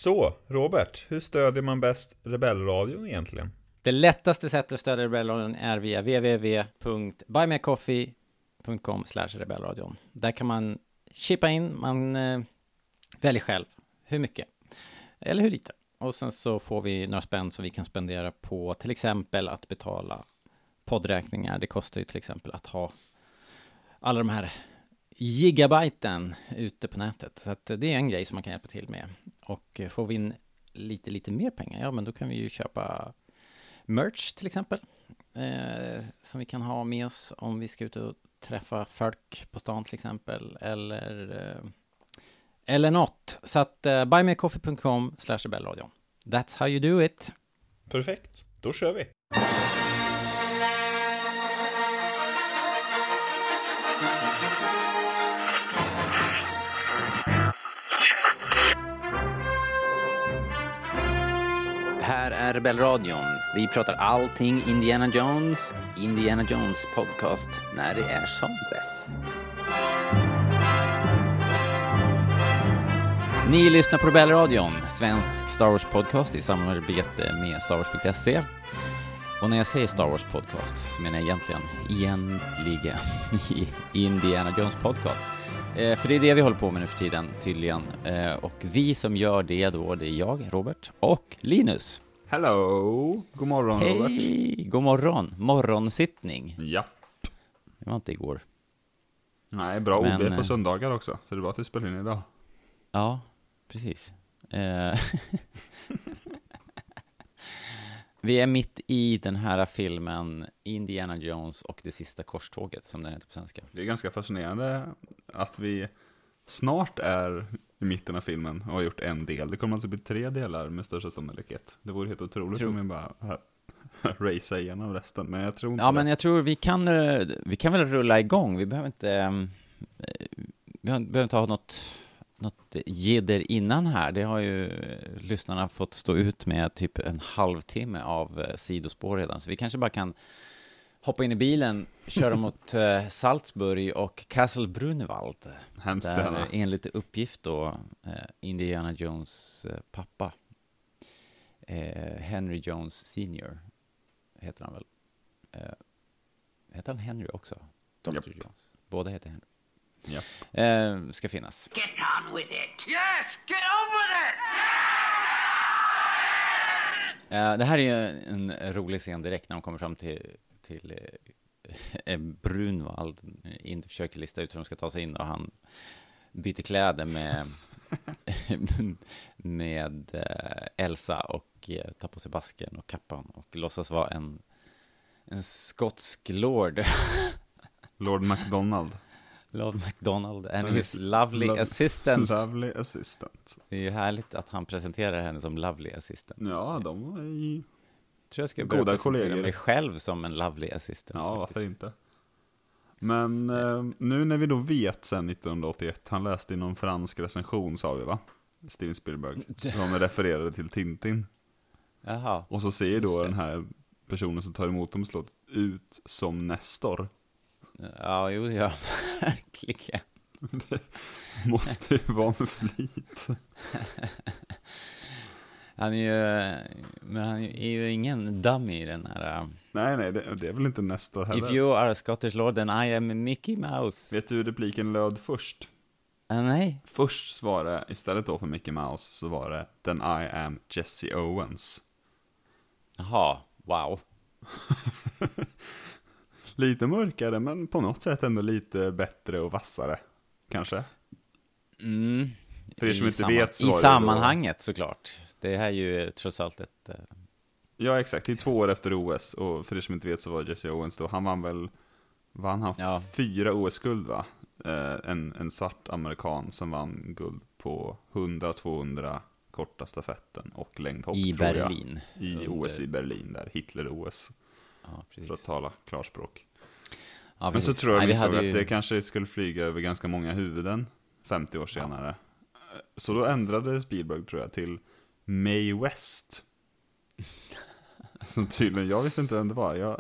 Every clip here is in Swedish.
Så, Robert, hur stödjer man bäst Rebellradion egentligen? Det lättaste sättet att stödja Rebellradion är via www.buymeacoffee.com/rebellradion. Där kan man chippa in, man väljer själv hur mycket eller hur lite. Och sen så får vi några spänn som vi kan spendera på till exempel att betala poddräkningar. Det kostar ju till exempel att ha alla de här gigabyten ute på nätet. Så att det är en grej som man kan hjälpa till med. Och får vi in lite mer pengar, ja men då kan vi ju köpa merch till exempel. Som vi kan ha med oss om vi ska ut och träffa folk på stan till exempel. Eller något. Så att buymeacoffee.com/rebellradion. That's how you do it. Perfekt, då kör vi. Här är Rebellradion. Vi pratar allting Indiana Jones podcast när det är som bäst. Ni lyssnar på Rebellradion, svensk Star Wars podcast i samarbete med Star Wars.se. Och när jag säger Star Wars podcast så menar jag egentligen Indiana Jones podcast. För det är det vi håller på med nu för tiden tydligen. Och vi som gör det då, det är jag, Robert, och Linus. Hello, god morgon Robert. Hej, god morgon, morgonsittning. Ja. Det var inte igår. Nej, bra OB på söndagar också, så det var att vi spelar in idag. Ja, precis. Vi är mitt i den här filmen Indiana Jones och det sista korståget, som den heter på svenska. Det är ganska fascinerande att vi snart är i mitten av filmen och har gjort en del. Det kommer alltså bli 3 delar med största sannolikhet. Det vore helt otroligt om vi bara racea igenom resten, men jag tror inte. Ja, men jag tror vi kan väl rulla igång. Vi behöver inte ha något jidder innan här. Det har ju lyssnarna fått stå ut med typ en halvtimme av sidospår redan. Så vi kanske bara kan hoppa in i bilen, köra mot Salzburg och Castle Brunewald. Där enligt uppgift då Indiana Jones pappa Henry Jones Senior heter han väl. Heter han Henry också? Dr. Yep. Jones. Båda heter Henry. Yep. Ska finnas. Get on with it. Yes, get on with it. Det här är ju en rolig scen direkt när de kommer fram till Brunwald. Inte försöker lista ut hur de ska ta sig in och han byter kläder med Elsa och tar på sig basken och kappan och låtsas vara en skotsk lord. Lord MacDonald. Lord MacDonald and his lovely assistant. Lovely assistant. Det är ju härligt att han presenterar henne som lovely assistant. Ja, de är tror jag ska börja goda presentera kollegor. mig själv som en lovely assistant. Ja, faktiskt. varför inte? Men nu när vi då vet sen 1981, han läste i någon fransk recension, sa vi va? Steven Spielberg, som refererade till Tintin. Jaha. Och så ser då den här personen som tar emot dem slått ut som Nestor. Ja, jo, ja, verkligen. Det måste ju vara med flit. Han är ju ingen dummy i den här. Nej, det är väl inte Nestor heller. If you are a Scottish Lord, then I am Mickey Mouse. Vet du hur repliken löd först? Nej. Först var det, istället då för Mickey Mouse, så var det then I am Jesse Owens. Jaha, wow. Lite mörkare, men på något sätt ändå lite bättre och vassare, kanske. För er som inte vet så i sammanhanget då, såklart. Det här är ju trots allt ett... Ja, exakt. Det är 2 år efter OS. Och för er som inte vet så var Jesse Owens då, han vann han 4 OS-guld va? En svart amerikan som vann guld på 100-200 korta stafetten och längdhopp i Berlin. I OS i Berlin där, Hitler-OS. Ja, för att tala klarspråk. Ja, men så tror jag att det kanske skulle flyga över ganska många huvuden 50 år senare. Så då ändrade Spielberg, tror jag, till Mae West. Som tydligen, jag visste inte vem det var.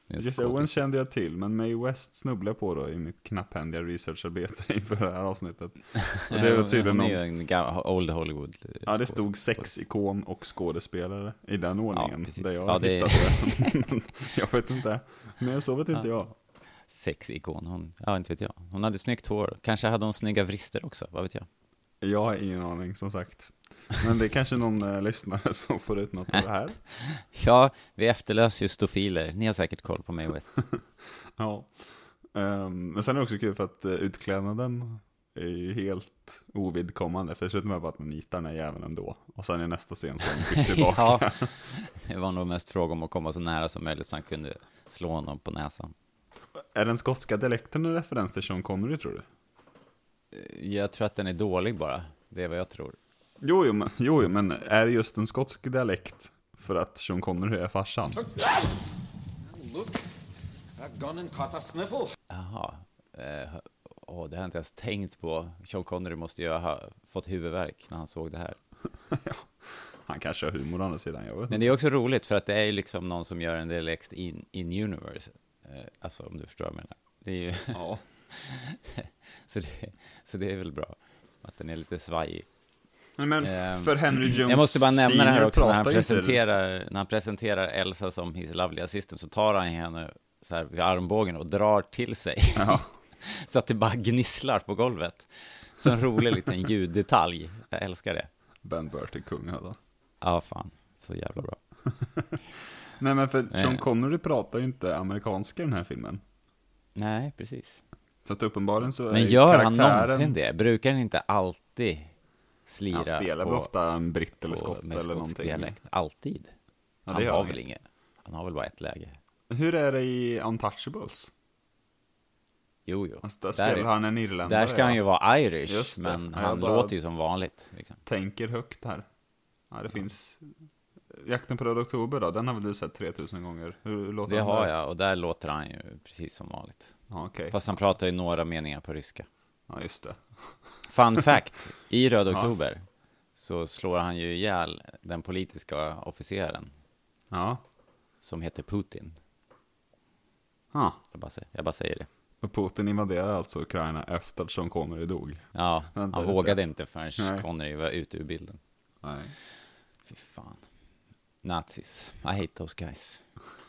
Jesse Owens kände jag till, men Mae West snubblade på då i mitt knapphändiga researcharbete inför det här avsnittet. Och det var tydligen hon är ju en old Hollywood. Ja, det stod sexikon och skådespelare i den ordningen. Precis. Där jag hittade. Jag vet inte. Men så vet inte jag. Sexikon, inte vet jag. Hon hade snyggt hår. Kanske hade hon snygga vrister också, vad vet jag. Jag har ingen aning, som sagt. Men det är kanske någon lyssnare som får ut något av det här. Ja, vi efterlöser ju stofiler. Ni har säkert koll på Mae West. Ja. Men sen är det också kul för att utklädnaden är ju helt ovidkommande. För det slutar med bara att man nitar den här jäveln ändå. Och sen är nästa scen som gick tillbaka. Ja, det var nog mest fråga om att komma så nära som möjligt så han kunde slå honom på näsan. Är den skotska dialekten en referens till Sean Connery, tror du? Jag tror att den är dålig bara. Det är vad jag tror. Jo, men är det just en skotsk dialekt för att Sean Connery är farsan? Look, that gun and caught a sniffle. Jaha. Det har jag inte ens tänkt på. Sean Connery måste ju ha fått huvudvärk när han såg det här. Ja, han kanske har humor å andra sidan, jag vet inte. Men det är också roligt för att det är ju liksom någon som gör en dialekt in universe. Alltså om du förstår vad jag menar. Det är ju... Ja. så det är väl bra att den är lite svajig. Men för Henry Jones jag måste bara nämna det här också när han presenterar Elsa som his lovely assistant, så tar han henne så här vid armbågen och drar till sig. Ja. Så att det bara gnisslar på golvet. Så en rolig liten ljuddetalj. Jag älskar det. Ben Burtt kung alltså. Ja, fan. Så jävla bra. Nej, men för Sean Connery pratar ju inte amerikanska i den här filmen. Nej, precis. Så att uppenbarligen så är men gör karaktären... han någonsin det? Brukar han inte alltid slira han spelar på, väl ofta en britt eller skott eller någonting. Dialekt. Alltid. Ja, Han har väl inget. Han har väl bara ett läge. Hur är det i Untouchables? Jo. Alltså, där spelar han en irländare. Där ska han ju vara Irish, Just det. men Ja, han låter ju som vanligt. Liksom. Tänker högt här. Ja, det finns... Jakten på Röd Oktober då, den har väl du sett 3000 gånger. Hur låter det han har där? jag, och där låter han ju precis som vanligt. Ja, okay. Fast han pratar ju några meningar på ryska. Ja, just det. Fun fact, i Röd Oktober så slår han ju ihjäl den politiska officeren. Ja. Som heter Putin. Ja. Jag bara säger det. Och Putin invaderar alltså Ukraina efter att Sean Connery dog. Ja, Vänta han lite. Vågade inte förrän Connery var ute ur bilden. Nej. Fy fan. Nazis. I hate those guys.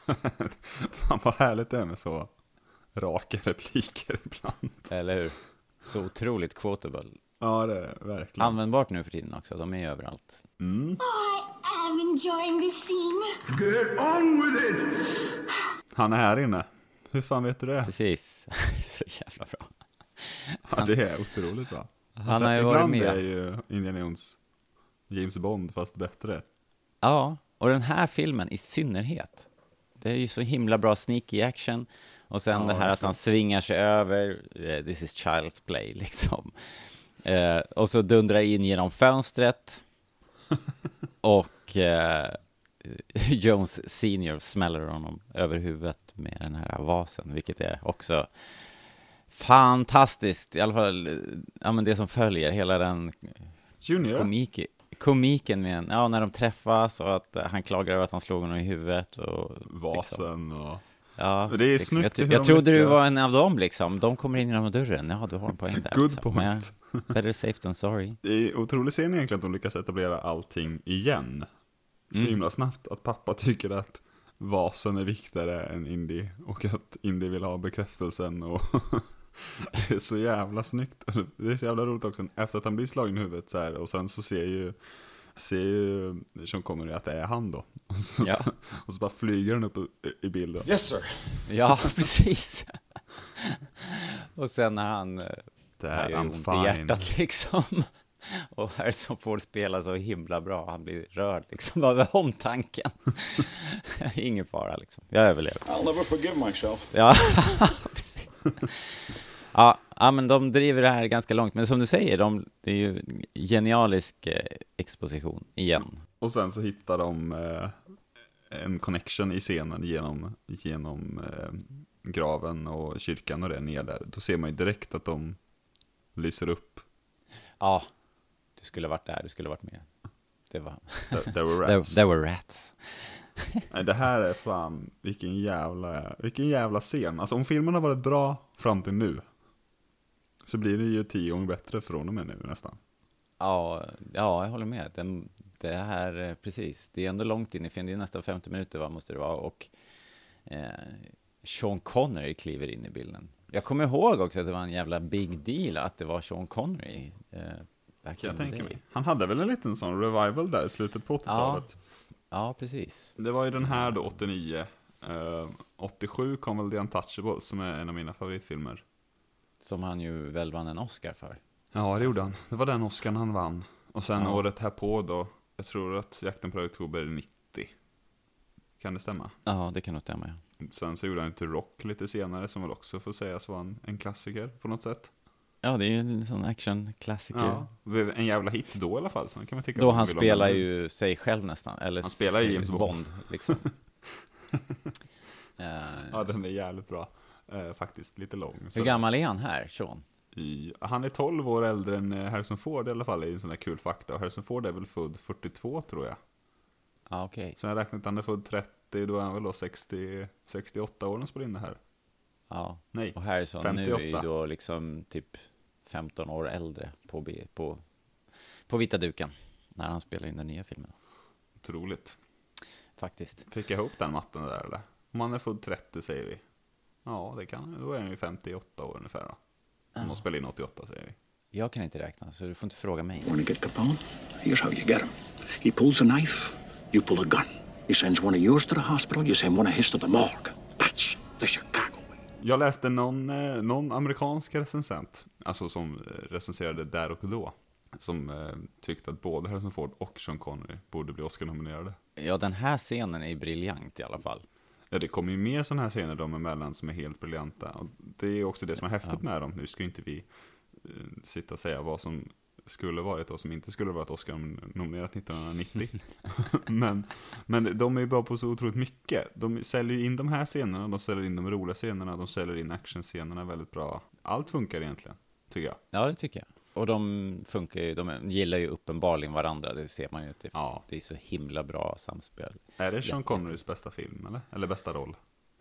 Fan vad härligt det är med så raka repliker ibland. Eller hur? Så otroligt quotable. Ja, det är det, verkligen. Användbart nu för tiden också, de är överallt. Mm. I am enjoying this scene. Get on with it! Han är här inne. Hur fan vet du det? Precis. Så jävla bra. Ja, det är otroligt bra. Han har ju varit med. Ibland är ju Indiana Jones James Bond fast bättre. Ja, och den här filmen i synnerhet. Det är ju så himla bra sneaky action. Och sen det här att han svingar sig över. This is child's play liksom. Och så dundrar in genom fönstret. Och Jones senior smäller honom över huvudet med den här vasen. Vilket är också fantastiskt. I alla fall men det som följer. Hela den komiken med när de träffas och att han klagar över att han slog honom i huvudet och vasen liksom. och ja, det är liksom. snyggt. Jag trodde du var en av dem liksom. De kommer in genom dörren. Ja, du har en poäng där. Good liksom. point. Better safe than sorry. Det är otroligt scen egentligen att de lyckas etablera allting igen. Så himla snabbt att pappa tycker att vasen är viktigare än Indy och att Indy vill ha bekräftelsen och det är så jävla snyggt. Det är så jävla roligt också efter att han blir slagen i huvudet så här, och sen så ser ju Sean Connery att det är han då. Och så bara flyger han upp i bilden. Yes, sir. Ja, precis. Och sen när han är ju ont i hjärtat liksom. Och Harrison Ford spelar så himla bra. Han blir rörd liksom av omtanken. Ingen fara liksom. Jag överlever. I'll never forgive myself. Ja, precis. Ja, men de driver det här ganska långt. Men som du säger, det är ju genialisk exposition igen. Och sen så hittar de en connection i scenen genom graven och kyrkan och det ner där. Då ser man ju direkt att de lyser upp. Ja, du skulle ha varit där, du skulle ha varit med. Det var There were rats. There were rats. Nej, det här är fan, vilken jävla scen. Alltså om filmen har varit bra fram till nu, så blir det ju 10 gånger bättre från och med nu nästan. Ja, jag håller med. Det här, precis. Det är ändå långt in i filmen. Det är nästan 50 minuter, vad måste det vara? Och Sean Connery kliver in i bilden. Jag kommer ihåg också att det var en jävla big deal att det var Sean Connery. Jag tänker mig. Han hade väl en liten sån revival där i slutet på 80-talet. Ja, precis. Det var ju den här då, 89. 87 kom väl The Untouchables, som är en av mina favoritfilmer. Som han ju väl vann en Oscar för. Ja, det gjorde han. Det var den Oscar han vann. Och sen året här på då, jag tror att Jakten på oktober 90. Kan det stämma? Ja, det kan nog stämma, ja. Sen så gjorde han inte Rock lite senare, som väl också får sägas vara en klassiker på något sätt. Ja, det är ju en sån action-klassiker. Ja, en jävla hit då i alla fall. Så kan man tycka då han spelar ju sig själv nästan. Eller han spelar ju James Bond. Liksom. Ja, den är jävligt bra. Faktiskt lite lång. Hur gammal är han här, Sean? Han är 12 år äldre än Harrison Ford i alla fall, är ju en sån där kul fakta. Harrison Ford är väl född 42 tror jag. Ja, okej. Så jag räknar att han är född 30, då är han väl då 68 år när han spelar in det här. Ja, Nej, och Harrison 58. nu är ju då liksom typ 15 år äldre på vita duken när han spelar in den nya filmen. Otroligt. Faktiskt. Fick jag ihop den matten där eller? Om han är född 30 säger vi. Ja, det kan, då är han ju 58 år ungefär då. Om de spelar in 88 säger vi. Jag kan inte räkna, så du får inte fråga mig. Want to get Capone? Here's how you get him. He pulls a knife, you pull a gun. He sends one of yours to the hospital, you send one of his to the morgue. That's the Chicago way. Jag läste någon amerikansk recensent, alltså som recenserade där och då, som tyckte att både Harrison Ford och Sean Connery borde bli Oscar-nominerade. Ja, den här scenen är briljant i alla fall. Ja, det kommer ju mer sådana här scener de emellan som är helt briljanta. Och det är också det som är häftigt med dem. Nu ska inte vi sitta och säga vad som skulle varit och som inte skulle varit Oscar-nominerat 1990. men de är ju bra på så otroligt mycket. De säljer ju in de här scenerna, de säljer in de roliga scenerna, de säljer in actionscenerna väldigt bra. Allt funkar egentligen, tycker jag. Ja, det tycker jag. Och de funkar ju, de gillar ju uppenbarligen varandra, det ser man ju. Det är så himla bra samspel. Är det Sean Connerys bästa film, eller? Eller bästa roll?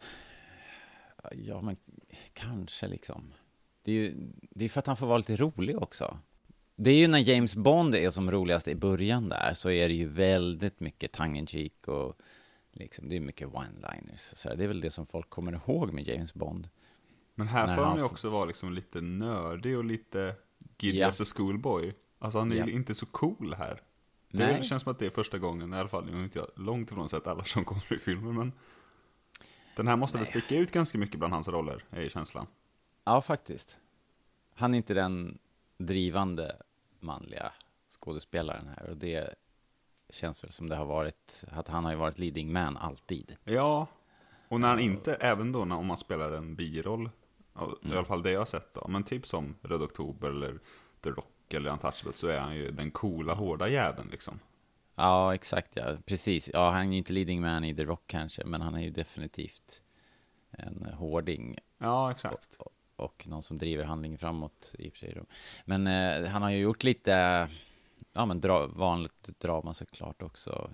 Ja, men kanske liksom. Det är för att han får vara lite rolig också. Det är ju när James Bond är som roligast i början där, så är det ju väldigt mycket tongue-in-cheek och liksom, det är mycket one-liners. Så det är väl det som folk kommer ihåg med James Bond. Men här får han ju också vara liksom lite nördig och lite giddy as a schoolboy. Alltså han är ju inte så cool här. Det känns som att det är första gången, i alla fall, jag har inte långt ifrån sett alla som kommer i filmen, men den här måste väl sticka ut ganska mycket bland hans roller, är ju känslan. Ja, faktiskt. Han är inte den drivande manliga skådespelaren här, och det känns väl som det har varit, att han har ju varit leading man alltid. Ja, och när han inte, även då om man spelar en biroll, i alla fall det jag har sett då, men typ som Röd Oktober eller The Rock eller Untouchables, så är han ju den coola, hårda jäveln liksom. Ja, exakt, ja, precis. Ja, han är ju inte leading man i The Rock kanske, men han är ju definitivt en hårding. Ja, exakt. Och någon som driver handlingen framåt i och för sig då. Men han har ju gjort lite vanligt drama såklart också.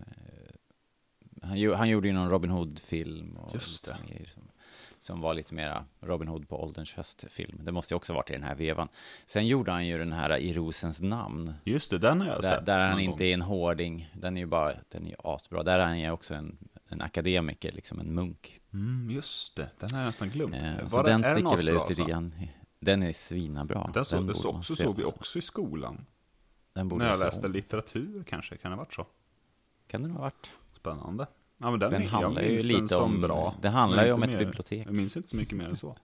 Han gjorde ju någon Robin Hood-film och just det. Som var lite mera Robin Hood på ålderns höst-film. Det måste ju också varit i den här vevan. Sen gjorde han ju den här I Rosens namn. Just det, den har jag sett. Där han inte är en hårding. Den är ju asbra. Där är han ju också en akademiker, liksom en munk. Just det, den har jag nästan glömt. Så den sticker väl ut lite grann. Den är svinabra. Den såg vi också i skolan. När jag läste litteratur kanske, kan det ha varit så? Kan det nog ha varit. Spännande. Ja, men den handlar ju lite om bra. Det handlar ju om ett bibliotek. Jag minns inte så mycket mer än så.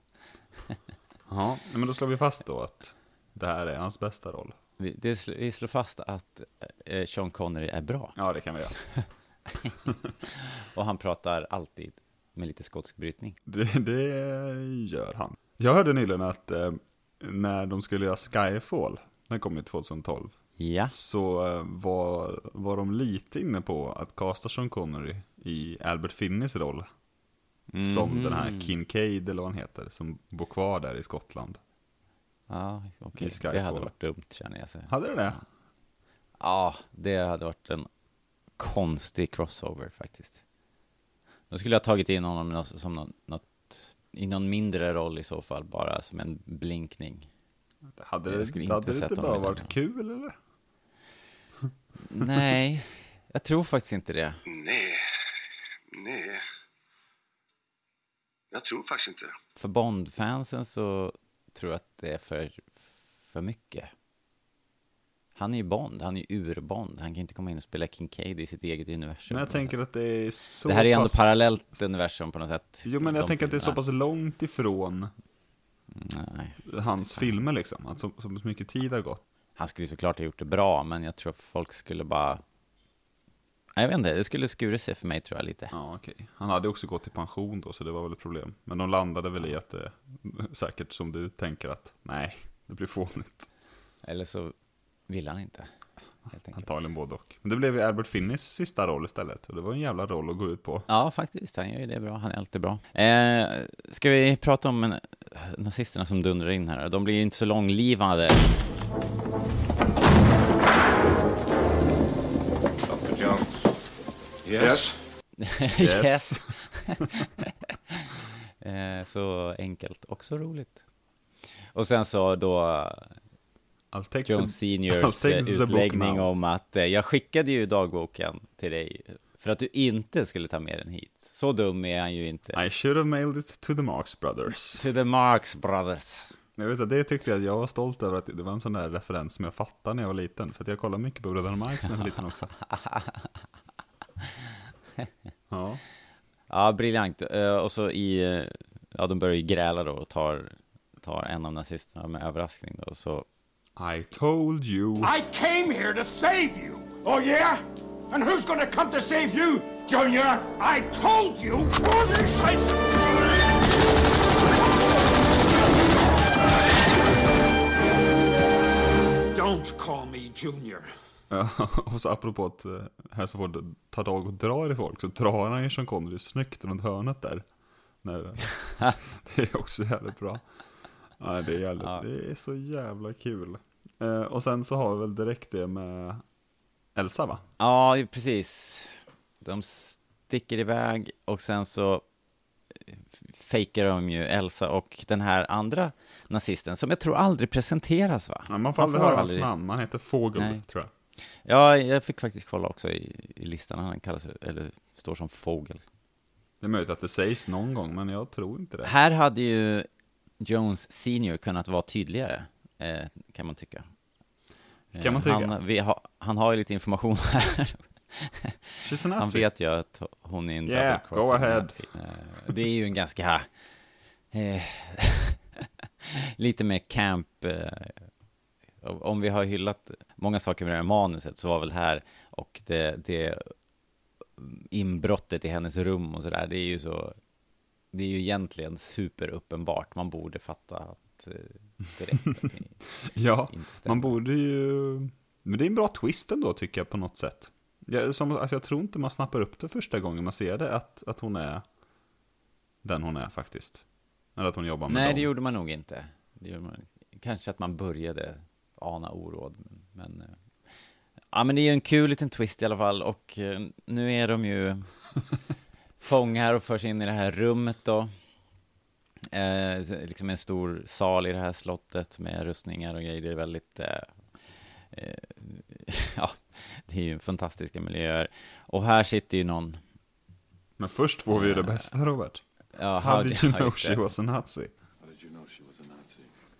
Ja, men då slår vi fast då att det här är hans bästa roll. Vi slår fast att Sean Connery är bra. Ja, det kan vi göra. Och han pratar alltid med lite skotsk brytning. Det gör han. Jag hörde nyligen att när de skulle göra Skyfall, den kom ju 2012. Ja. Så var de lite inne på att casta Sean Connery i Albert Finneys roll. Som den här Kincaid eller vad han heter, som bor kvar där i Skottland. Ja, okej. Det hade varit dumt, känner jag. Hade det det? Ja, det hade varit en konstig crossover faktiskt. Då skulle jag tagit in honom som något i någon mindre roll i så fall, bara som en blinkning. Hade det inte bara varit kul, eller? Nej, jag tror faktiskt inte det. Nej. Jag tror faktiskt inte. För Bond-fansen så tror jag att det är för mycket. Han är ju Bond, han är ju ur-Bond. Han kan inte komma in och spela Kincaid i sitt eget universum. Men jag tänker att det är så det här är ändå parallellt universum på något sätt. Jo, men jag tänker att det är så pass långt ifrån hans filmer liksom. Att så mycket tid har gått. Han skulle ju såklart ha gjort det bra, men jag tror att folk skulle bara... Jag vet inte, det skulle skura sig för mig tror jag lite. Ja, okej. Han hade också gått i pension då, så det var väl ett problem. Men de landade väl i att det säkert som du tänker att nej, det blir fånigt. Eller så vill han inte. Helt enkelt. Antagligen både och. Men det blev ju Albert Finneys sista roll istället. Och det var en jävla roll att gå ut på. Ja, faktiskt. Han gör ju det bra. Han är alltid bra. Ska vi prata om nazisterna som dundrar in här? De blir ju inte så långlivade. Dr. Jones. Yes? Yes. Så enkelt. Också roligt. Och sen så då... Jones Seniors utläggning om att jag skickade ju dagboken till dig för att du inte skulle ta med den hit. Så dum är han ju inte. I should have mailed it to the Marx Brothers. To the Marx Brothers. Jag vet att det tyckte jag att jag var stolt över, att det var en sån där referens som jag fattade när jag var liten. För att jag kollade mycket på Bröderna Marx när jag var liten också. Ja. Ja, briljant. Och så de börjar ju gräla då och tar en av nazisterna med överraskning då, så I told you. I came here to save you. Oh yeah? And who's gonna come to save you, Junior? I told you. Don't call me Junior. Ja, och så apropå att här så får det ta dag och drar i folk, så drar han ju Sean Connery snyggt runt hörnet där. Det är också jävligt bra. Ja, det är så jävla kul. Och sen så har vi väl direkt det med Elsa, va? Ja, precis. De sticker iväg och sen så fejkar de ju Elsa och den här andra nazisten som jag tror aldrig presenteras, va? Ja, man får aldrig höra hans namn, man heter Fogel, tror jag. Ja, jag fick faktiskt kolla också i listan, han kallas, eller står som Fogel. Det är möjligt att det sägs någon gång, men jag tror inte det. Här hade ju Jones Senior kunnat vara tydligare, kan man tycka. Kan man tycka? Han har ju lite information här. Han vet ju att hon är en double crossing. Go ahead. Det är ju en ganska lite mer camp. Om vi har hyllat många saker med det här manuset, så var väl här och det inbrottet i hennes rum och sådär, det är ju egentligen superuppenbart. Man borde fatta att direkt att det ja, inte stämmer. Man borde ju... Men det är en bra twist ändå, tycker jag, på något sätt. Jag tror inte man snappar upp det första gången man ser det, att hon är den hon är faktiskt. Eller att hon jobbar med dem. Det gjorde man nog inte. Kanske att man började ana oråd. Men det är ju en kul liten twist i alla fall. Och nu är de ju fångar och förs in i det här rummet då. Liksom en stor sal i det här slottet med rustningar och grejer. Det är väldigt... det är ju fantastiska miljöer. Och här sitter ju någon... Men först får vi ju det bästa, Robert. Ja, how did you know she was a Nazi? How did you know she was a Nazi?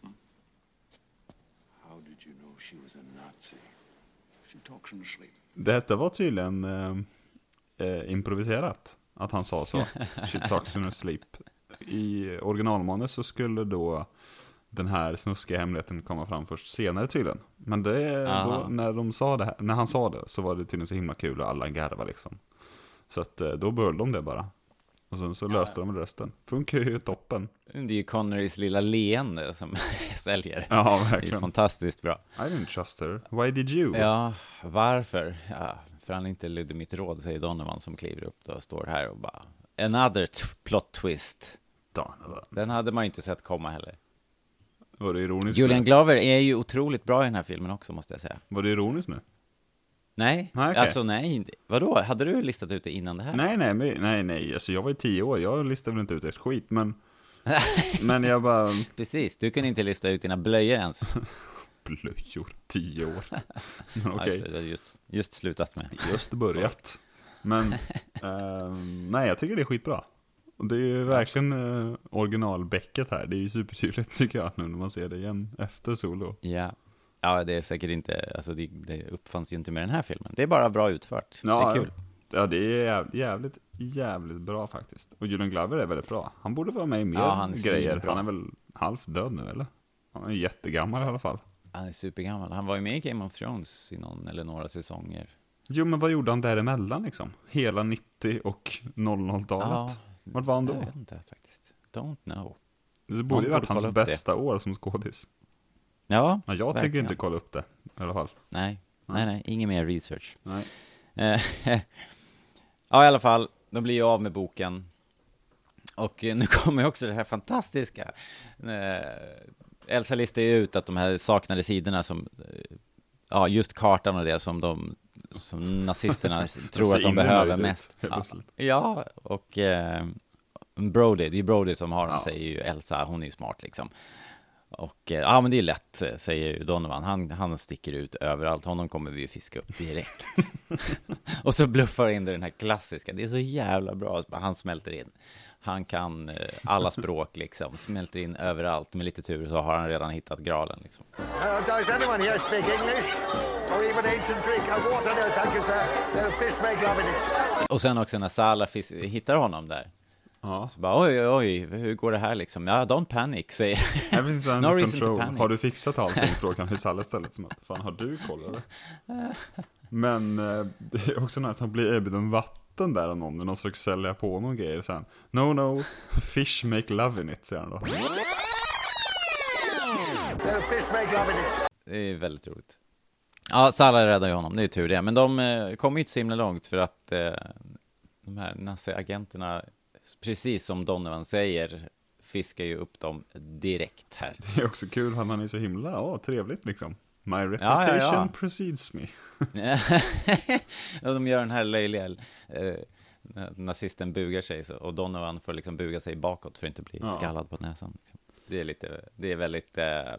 How did you know she was a Nazi? She talks in her sleep. Detta var tydligen improviserat, att han sa så. She talks in her sleep. I originalmanus så skulle då den här snuskiga hemligheten komma fram först senare tydligen. Men det då, när han sa det, så var det tydligen så himla kul och alla garva liksom. Så att då behöll de det bara. Och sen så löste de resten. Funkar ju toppen. Det är ju Connerys lilla leende som säljer. Ja, verkligen. Det är fantastiskt bra. I didn't trust her. Why did you? Ja, varför? Ja, för han inte lydde mitt råd, säger Donovan som kliver upp då och står här och bara another plot twist. Donovan. Den hade man ju inte sett komma heller. Var det ironiskt? Julian Glover är ju otroligt bra i den här filmen också, måste jag säga. Var det ironiskt nu? Nej, Nej, alltså nej. Vadå? Hade du listat ut det innan det här? Nej. Alltså jag var ju 10 år, jag listade väl inte ut ett skit, men jag bara... Precis, du kunde inte lista ut dina blöjor ens. Blöjor, 10 år. Okej. Okay. Just slutat med. Just börjat. Men, nej, jag tycker det är skitbra. Och det är ju verkligen originalbäcket här. Det är ju supertydligt tycker jag nu när man ser det igen efter Solo. Ja, det är säkert inte, alltså det uppfanns ju inte med den här filmen. Det är bara bra utfört. Ja, det är kul. Ja, det är jävligt bra faktiskt. Och Julian Glover är väldigt bra. Han borde vara med i mer grejer. Han är väl halvt död nu, eller? Han är jättegammal i alla fall. Han är supergammal. Han var ju med i Game of Thrones i någon eller några säsonger. Jo, men vad gjorde han däremellan liksom? Hela 90 och 00-talet. Ja, vart var han då? Jag vet inte faktiskt. Don't know. Det borde ju varit hans bästa år som skådis. Ja, jag tycker inte kolla upp det i alla fall. Nej, ingen mer research. Nej. Ja, i alla fall, de blir ju av med boken. Och nu kommer också det här fantastiska. Elsa listar ju ut att de här saknade sidorna som, ja, just kartan och det som nazisterna tror att de behöver mest. Ja, och Brody, det är Brody som har dem, säger ju Elsa, hon är ju smart liksom. Och ja, men det är lätt, säger ju Donovan. Han sticker ut överallt. Honom kommer vi ju fiska upp direkt. Och så bluffar in den här klassiska. Det är så jävla bra. Han smälter in. Han kan alla språk liksom. Smälter in överallt. Med lite tur så har han redan hittat graalen liksom. Does anyone here speak English? Or even ancient Greek? Water there, thank you sir. There's fish make love in it. Och sen också när Sala hittar honom där. Ja. Så bara, oj, hur går det här liksom? Ja, don't panic, säger no reason to panic. Har du fixat allting? Frågan hur Salla stället som att, fan, har du koll eller? Men det är också att han blir erbjuden vatten där av någon. Någon försöker sälja på någon grejer sen. No, fish make love in it, säger han då. Fish make love in it. Det är väldigt roligt. Ja, Salla räddar ju honom, det är tur det. Men de kommer ju inte så himla långt för att de här nazi-agenterna, precis som Donovan säger, fiskar ju upp dem direkt här. Det är också kul, han är så himla trevligt liksom. My reputation precedes me. Och de gör den här löjliga nazisten bugar sig så, och Donovan får liksom buga sig bakåt för att inte bli skallad på näsan liksom. Det är väldigt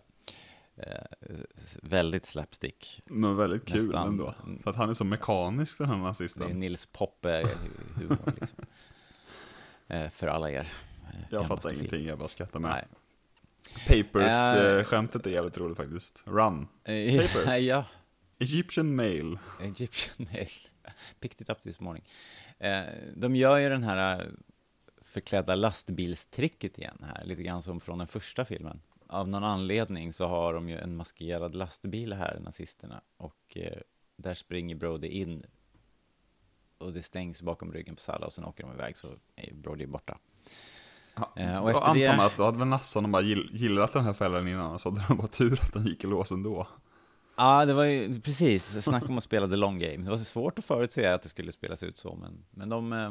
väldigt slapstick. Men väldigt kul nästan, ändå. För att han är så mekanisk, den här nazisten. Det är Nils Poppe-humor liksom. För alla er. Jag fattar ingenting, jag bara skrattar med. Nej. Papers-skämtet är jävligt roligt faktiskt. Run. Papers. Ja. Egyptian mail. Picked it up this morning. De gör ju den här förklädda lastbilstricket igen här. Lite grann som från den första filmen. Av någon anledning så har de ju en maskerad lastbil här, nazisterna. Och där springer Brody in. Och det stängs bakom ryggen på Salla och sen åker de iväg, så är Brody borta. Och efter det... att då hade väl Nassan bara gillat den här fällan innan, så hade de bara tur att den gick i lås ändå. Ja, det var ju precis, snack om att spela the long game. Det var så svårt att förutse att det skulle spelas ut så, men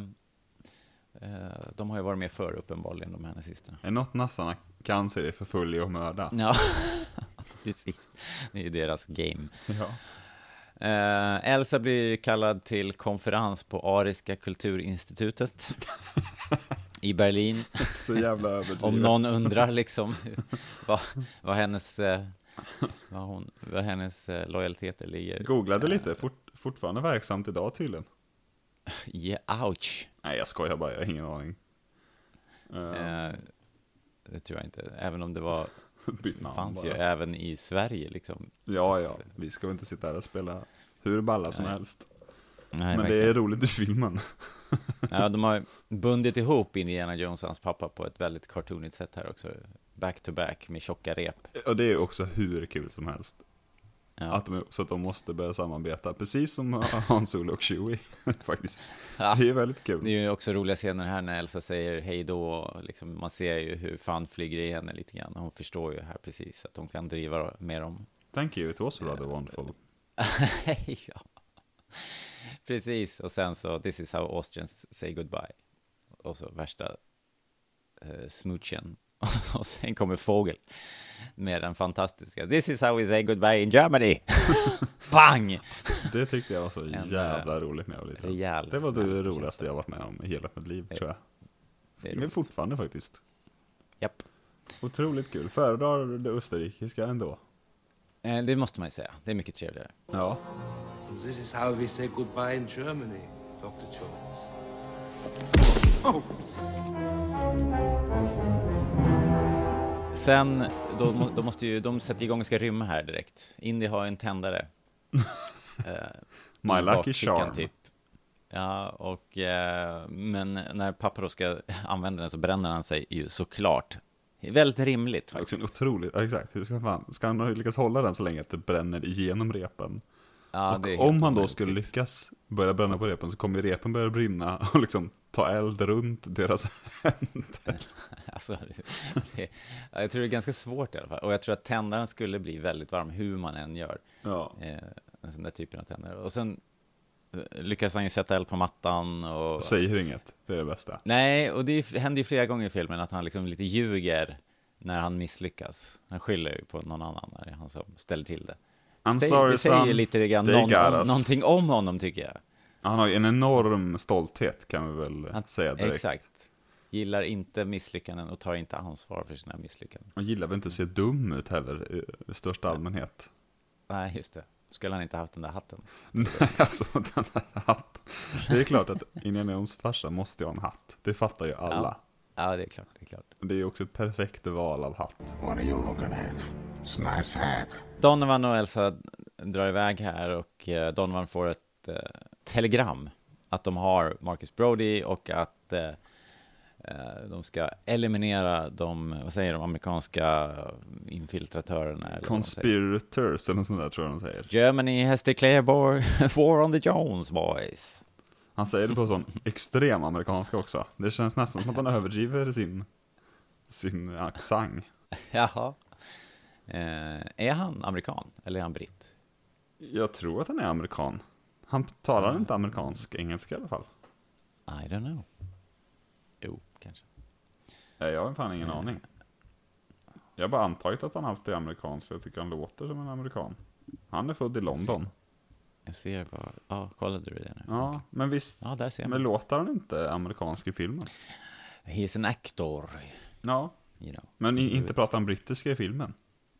de har ju varit med för uppenbarligen, de här nazisterna. Är något Nassarna kan se det för full och mörda. Ja, precis. Det är ju deras game. Ja. Elsa blir kallad till konferens på Ariska kulturinstitutet i Berlin. Så jävla överdrivet. Om någon undrar liksom vad hennes lojaliteter ligger. Googlade lite, fortfarande verksamt idag tydligen. Yeah, ouch. Nej, jag skojar bara, jag har ingen aning. Det tror jag inte, även om det var fanns bara. Ju även i Sverige liksom. Ja, vi ska väl inte sitta här och spela hur balla som helst. Nej, men verkligen. det är roligt i filmen. Ja, de har bundit ihop Indiana Jones och hans pappa på ett väldigt cartoonigt sätt här också. Back to back med tjocka rep. Och det är också hur kul som helst. Ja. Så att de måste börja samarbeta. Precis som Han Solo och Chewie. Faktiskt. Ja. Det är väldigt kul. Det är ju också roliga scener här när Elsa säger hej då. Liksom, man ser ju hur fan flyger i henne lite grann. Hon förstår ju här precis att hon kan driva med dem. Thank you, it was rather wonderful. Ja. Precis, och sen så this is how Austrians say goodbye. Och så värsta smoochen. Och sen kommer fågel. med den fantastiska This is how we say goodbye in Germany. Bang! Det tyckte jag var så jävla roligt när jag var liten. Det var det roligaste jag varit med om i hela mitt liv, tror jag. Men fortfarande faktiskt. Japp. Otroligt kul. Föredrar det österrikiska ändå. Det måste man ju säga. Det är mycket trevligare. Ja. This is how we say goodbye in Germany, Dr. Jones. Oh. Sen, då måste ju de sätta igång och ska rymma här direkt. Indy har en tändare. My lucky charm. Typ. Ja, och men när pappa då ska använda den så bränner han sig ju såklart. Väldigt rimligt faktiskt. Också otroligt, exakt. Hur ska han lyckas hålla den så länge att det bränner igenom repen? Ja, och om han då skulle lyckas börja bränna på repen så kommer repen börja brinna och liksom ta eld runt deras händer. Alltså, jag tror det är ganska svårt i alla fall. Och jag tror att tändaren skulle bli väldigt varm hur man än gör. Ja. En sån där typen av tändare. Och sen lyckas han ju sätta eld på mattan. Och säger inget, det är det bästa. Nej, och det händer ju flera gånger i filmen att han liksom lite ljuger när han misslyckas. Han skyller ju på någon annan när det är han som ställer till det. Det säger ju lite grann någonting om honom, tycker jag. Han har ju en enorm stolthet, kan vi väl säga direkt. Exakt. Gillar inte misslyckanden och tar inte ansvar för sina misslyckanden. Han gillar väl inte att se dum ut heller i största allmänhet. Nej, just det. Skulle han inte haft den där hatten? Nej, alltså den där hatten. Det är klart att Indiana Jones farsa måste ha en hatt. Det fattar ju alla. Ja, det är klart. Det är också ett perfekt val av hatt. What are you looking at? It's a nice hat. Donovan och Elsa drar iväg här och Donovan får ett telegram att de har Marcus Brody och att de ska eliminera de amerikanska infiltratörerna. Conspirators eller något sånt där, tror jag de säger. Germany has declared war on the Jones boys. Han säger det på sån extrem amerikanska också. Det känns nästan som att han överdriver sin accent. Jaha. Är han amerikan eller är han britt? Jag tror att han är amerikan. Han talar inte amerikansk-engelska i alla fall. I don't know. Jo, kanske. Jag har fan ingen aning. Jag har bara antagit att han alltid är amerikansk, för jag tycker han låter som en amerikan. Han är född i London. Jag ser bara... Ja, kollade du det nu? Ja, okay. Men visst... Ja, där ser man. Men låter han inte amerikansk i filmen? He's an actor. Ja, you know. Men inte pratar han brittiska i filmen?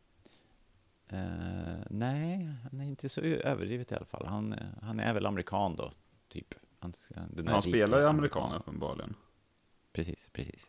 Nej, han är inte så överdrivet i alla fall. Han är väl amerikan då, typ. Han spelar ju amerikan uppenbarligen. Precis.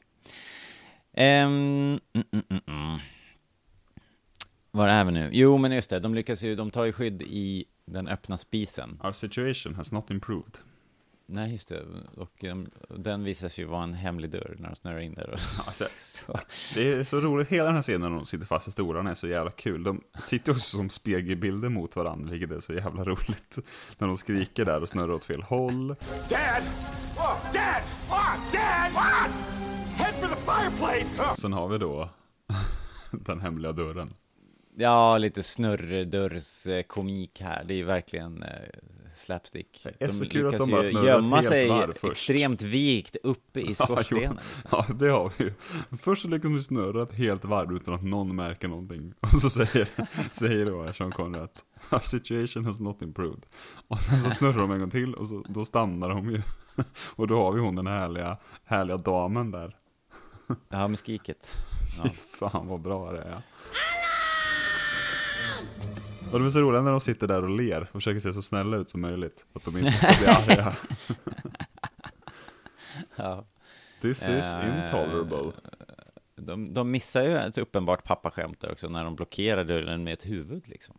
Var är vi nu? Jo, men just det, de tar ju skydd i den öppna spisen. Our situation has not improved. Nej, just det. Och den visar sig ju vara en hemlig dörr när de snurrar in där. Alltså, det är så roligt. Hela den här scenen när de sitter fast i stolarna är så jävla kul. De sitter också som spegelbilder mot varandra, vilket är så jävla roligt. När de skriker där och snurrar åt fel håll. Dad! Oh, Dad! Oh, Dad! Oh! Head for the fireplace! Sen har vi då den hemliga dörren. Ja, lite snurrdörrskomik här. Det är ju verkligen slapstick. Det är så kul lyckas att de bara ju gömma sig först. Extremt vikt uppe i skorstenen. Ja, det har vi ju. Först så lyckas de snurra ett helt varv utan att någon märker någonting. Och så säger då Sean Connery att our situation has not improved. Och sen så snurrar de en gång till och då stannar de ju. Och då har vi hon den härliga damen där. Ja, med skriket. Ja. Fan vad bra det är. Och det är så roligt när de sitter där och ler och försöker se så snälla ut som möjligt, att de inte ska bli arga. Ja. This is intolerable. De missar ju ett uppenbart pappaskämt där också när de blockerar dörren med ett huvud liksom.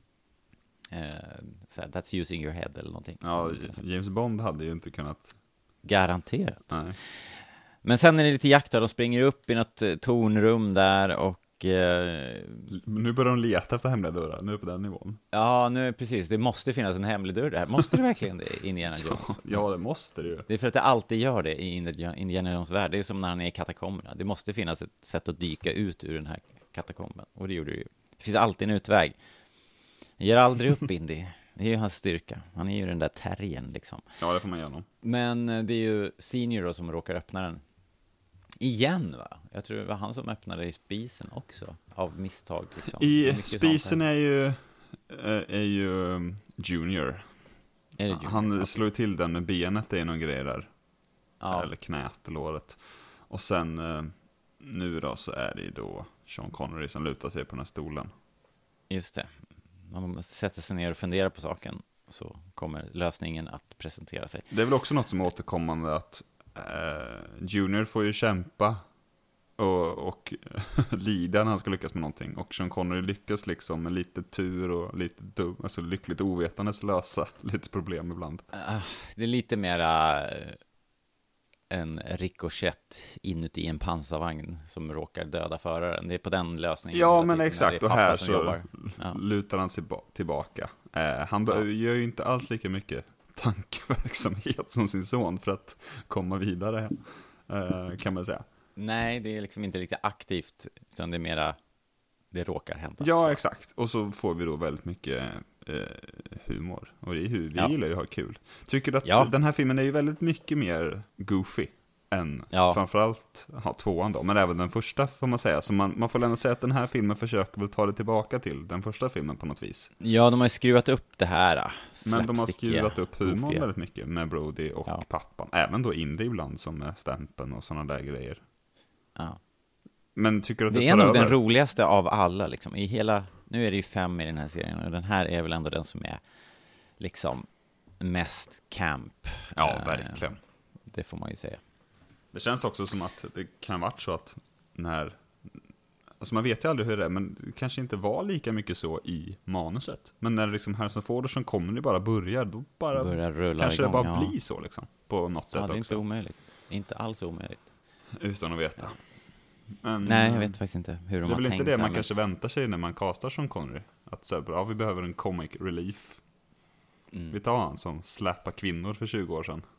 Så här, that's using your head eller någonting. Ja, James Bond hade ju inte kunnat. Garanterat. Nej. Men sen är det lite jakt där, de springer upp i något tornrum där och nu börjar de leta efter hemliga dörrar, nu är på den nivån. Ja, nu precis, det måste finnas en hemlig dörr där. Måste det verkligen det i Indiana Jones? Ja, det måste det ju. Det är för att det alltid gör det i Indiana Jones värld. Det är som när han är i katakomberna. Det måste finnas ett sätt att dyka ut ur den här katakomben. Och det gjorde det ju. Det finns alltid en utväg. Han ger aldrig upp, Indy. Det är ju hans styrka. Han är ju den där terriern liksom. Ja, det får man igenom. Men det är ju Senior då som råkar öppna den. Igen, va? Jag tror det var han som öppnade i spisen också, av misstag. Liksom. I spisen är ju Junior. Han slår ju till den med benet, det är någon grej där. Ja. Eller knät eller låret. Och sen nu då så är det ju då Sean Connery som lutar sig på den här stolen. Just det. Man sätter sig ner och funderar på saken, så kommer lösningen att presentera sig. Det är väl också något som är återkommande, att Junior får ju kämpa och lida när han ska lyckas med någonting. Och Sean Connery lyckas liksom med lite tur och lite alltså lyckligt ovetandes lösa lite problem ibland. Det är lite mera en ricochet inuti en pansarvagn som råkar döda föraren. Det är på den lösningen. Ja, men exakt. Och här så lutar han sig tillbaka. Han gör ju inte alls lika mycket tankeverksamhet som sin son för att komma vidare, kan man säga. Nej, det är liksom inte lite aktivt, utan det är mera, det råkar hända. Ja, exakt. Och så får vi då väldigt mycket humor. Och det är vi gillar ju att ha kul. Tycker du att den här filmen är ju väldigt mycket mer goofy än framförallt tvåan då, men även den första får man säga. Så man får ändå säga att den här filmen försöker väl ta det tillbaka till den första filmen på något vis. Ja, de har ju skruvat upp det här. Men de har skruvat upp humor väldigt mycket med Brody och pappan. Även då Indy ibland som är stämpen och sådana där grejer. Ja. Men tycker du att det är nog den roligaste av alla liksom. I hela, nu är det ju 5 i den här serien, och den här är väl ändå den som är liksom mest camp. Ja, verkligen. Det får man ju säga. Det känns också som att det kan ha varit så att när, alltså man vet ju aldrig hur det är, men det kanske inte var lika mycket så i manuset. Men när liksom Harrison Ford som kommer det bara börjar, då bara rulla kanske igång, det bara blir så liksom, på något sätt också. Ja, det är inte omöjligt. Inte alls omöjligt. Utan att veta. Men, nej, jag vet faktiskt inte hur de har tänkt. Det är väl inte det man kanske väntar sig när man castar Sean Connery. Att så vi behöver en comic relief. Vi tar han som släppa kvinnor för 20 år sedan.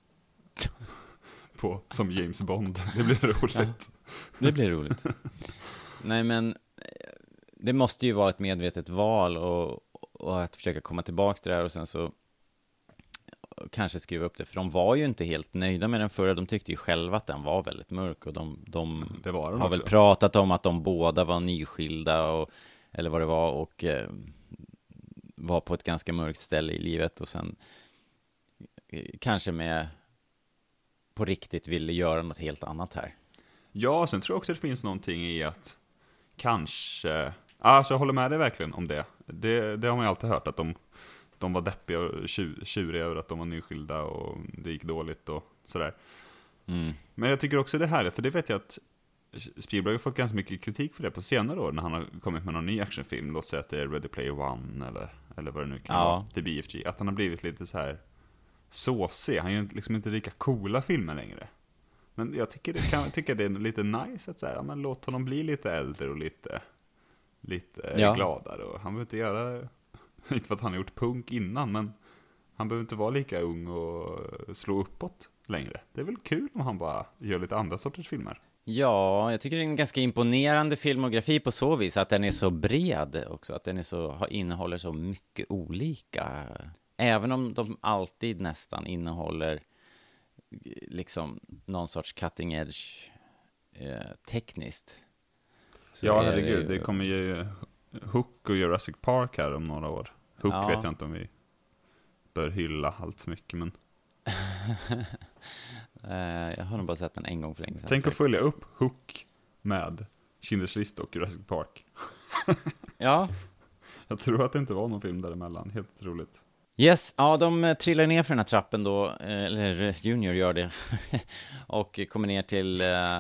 Som James Bond. Det blir roligt. Ja, det blir roligt. Nej, men det måste ju vara ett medvetet val och att försöka komma tillbaka till det här och sen så kanske skriva upp det, för de var ju inte helt nöjda med den förra. De tyckte ju själva att den var väldigt mörk, och de har väl pratat om att de båda var nyskilda eller vad det var, och var på ett ganska mörkt ställe i livet, och sen kanske med på riktigt ville göra något helt annat här. Ja, sen tror jag också att det finns någonting i att kanske, alltså jag håller med dig verkligen om det. Det har man ju alltid hört, att de var deppiga och tjuriga över att de var nyskilda och det gick dåligt och sådär. Men jag tycker också det här, för det vet jag att Spielberg har fått ganska mycket kritik för det på senare år när han har kommit med någon ny actionfilm. Låt säga att det är Ready Player One eller vad det nu kan vara, till BFG. Att han har blivit lite så här såsig. Han gör liksom inte lika coola filmer längre. Men jag tycker det är lite nice att säga, men låt honom bli lite äldre och lite gladare. Och han behöver inte göra, inte för att han har gjort punk innan, men han behöver inte vara lika ung och slå uppåt längre. Det är väl kul om han bara gör lite andra sorters filmer. Ja, jag tycker det är en ganska imponerande filmografi på så vis, att den är så bred också, att den är innehåller så mycket olika. Även om de alltid nästan innehåller liksom någon sorts cutting edge tekniskt. Så ja, herregud, det kommer ju Hook och Jurassic Park här om några år. Hook vet jag inte om vi bör hylla allt för mycket, men jag har nog bara sett den en gång för länge sedan. Tänk att följa upp Hook med Schindler's list och Jurassic Park. Ja. Jag tror att det inte var någon film däremellan, helt roligt. Yes, ja, de trillar ner för den här trappen då, eller Junior gör det, och kommer ner till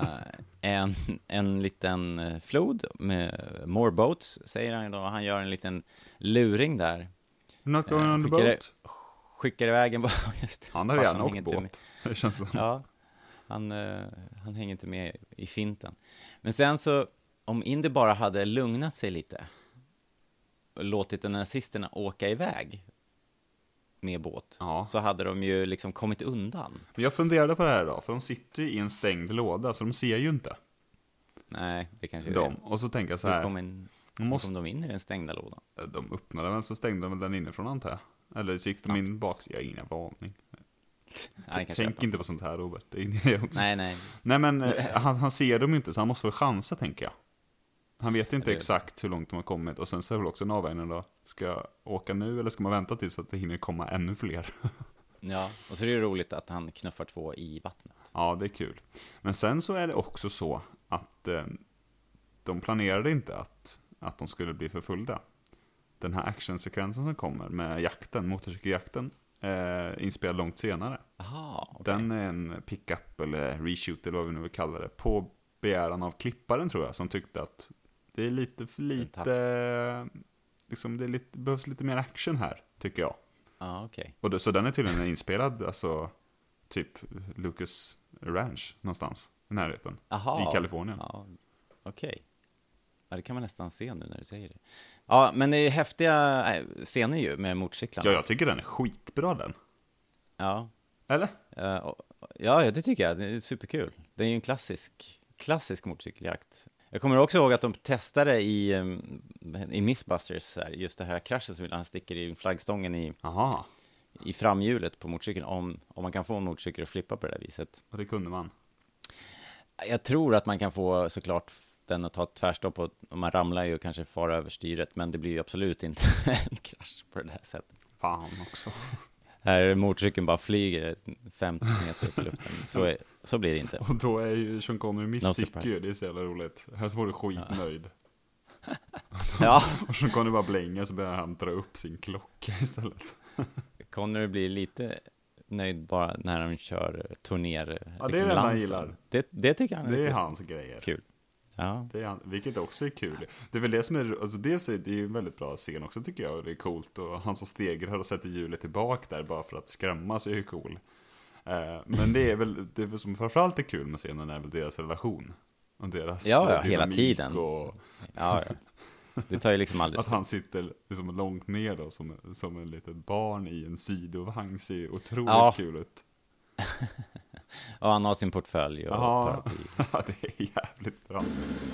en liten flod med more boats, säger han då. Han gör en liten luring där. Not going on the boat. Skickar iväg en bara, just han har gärna åkt båt. Det känns som. Ja, han hänger inte med i finten. Men sen så, om Indy bara hade lugnat sig lite och låtit de nazisterna åka iväg med båt, så hade de ju liksom kommit undan. Men jag funderade på det här idag, för de sitter ju i en stängd låda, så de ser ju inte. Nej, det kanske är det. Och så tänker jag så här, kom de in i den stängda lådan? De öppnade väl, så stängde de väl den inifrån, antar jag. Eller så gick de in bak, jag har ingen aning. tänk inte på sånt här, Robert. Det är ingen idé också. Nej. Nej, men han ser dem inte, så han måste väl chansa, tänker jag. Han vet inte exakt hur långt de har kommit. Och sen så är väl också en avvägning då. Ska jag åka nu eller ska man vänta tills att det hinner komma ännu fler? Ja, och så är det ju roligt att han knuffar 2 i vattnet. Ja, det är kul. Men sen så är det också så att de planerade inte att de skulle bli förföljda. Den här actionsekvensen som kommer med jakten, motorcykeljakten, inspelad långt senare. Aha, okay. Den är en pickup eller reshoot eller vad vi nu vill kalla det, på begäran av klipparen, tror jag, som tyckte att det är lite för lite, liksom det behövs lite mer action här, tycker jag. Ja, okej. Och så den är tydligen inspelad, alltså typ Lucas Ranch någonstans i närheten. Aha, i Kalifornien. Ja, okej. Ja, det kan man nästan se nu när du säger det. Ja, men det är häftiga scener ju med motorcyklarna. Ja, jag tycker den är skitbra, den. Ja. Eller? Ja, det tycker jag. Det är superkul. Det är ju en klassisk motorcykeljakt. Jag kommer också ihåg att de testade i Mythbusters just det här kraschen som han sticker i flaggstången i framhjulet på motorcykeln, om man kan få en motorcykel att flippa på det där viset. Och det kunde man. Jag tror att man kan få såklart den att ta ett tvärstopp, och man ramlar ju och kanske far över styret, men det blir ju absolut inte en krasch på det här sättet. Fan också. Här motorcykeln bara flyger 50 meter upp i luften. Så blir det inte. Och då är ju Sean Connery misstycker, det är så jävla roligt. Här så var du skitnöjd. Och Sean Connery bara blänger, så börjar han dra upp sin klocka istället. Connery blir lite nöjd bara när han kör turnéer. Ja, det är det han gillar. Det tycker han. Det är hans grejer. Kul. Ja. Det är vilket också är kul. Det är väl det som är, alltså dels är det ju en väldigt bra scen också, tycker jag, och det är coolt. Och han som stegrar och sätter hjulet tillbaka där bara för att skrämmas är ju cool. Men det som framförallt är kul med scenen är väl deras relation. Och deras hela tiden. Och ja. Det tar ju liksom aldrig att han sitter liksom långt ner då, som en litet barn i en sidovagn, ser ju otroligt kul ut. Och han har sin portfölj och paraply. Ja, det är jävligt bra.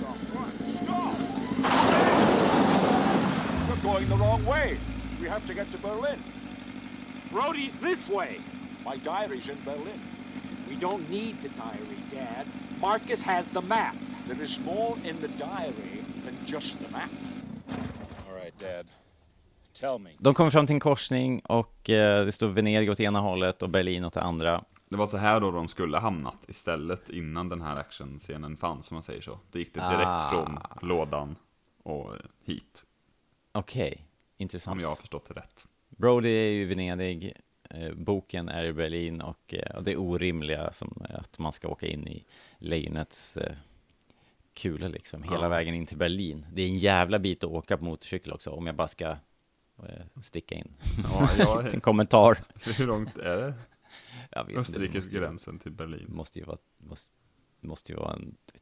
We're going the wrong way. We have to get to Berlin. Brody's this way. My diary's in Berlin. We don't need the diary, Dad. Marcus has the map. There is more in the diary than just the map. All right, Dad. Tell me. De kommer fram till en korsning och det står Venedig åt ena hållet och Berlin åt det andra. Det var så här då de skulle hamnat istället, innan den här actionscenen fanns, som man säger så. Då gick det direkt från lådan och hit. Okej, intressant. Om jag har förstått det rätt. Brody är ju i Venedig, boken är i Berlin, och det är orimliga som att man ska åka in i lejonets kula liksom, hela vägen in till Berlin. Det är en jävla bit att åka på motorcykel också, om jag bara ska sticka in. En kommentar. Hur långt är det? Österrikes gränsen till Berlin. Måste ju vara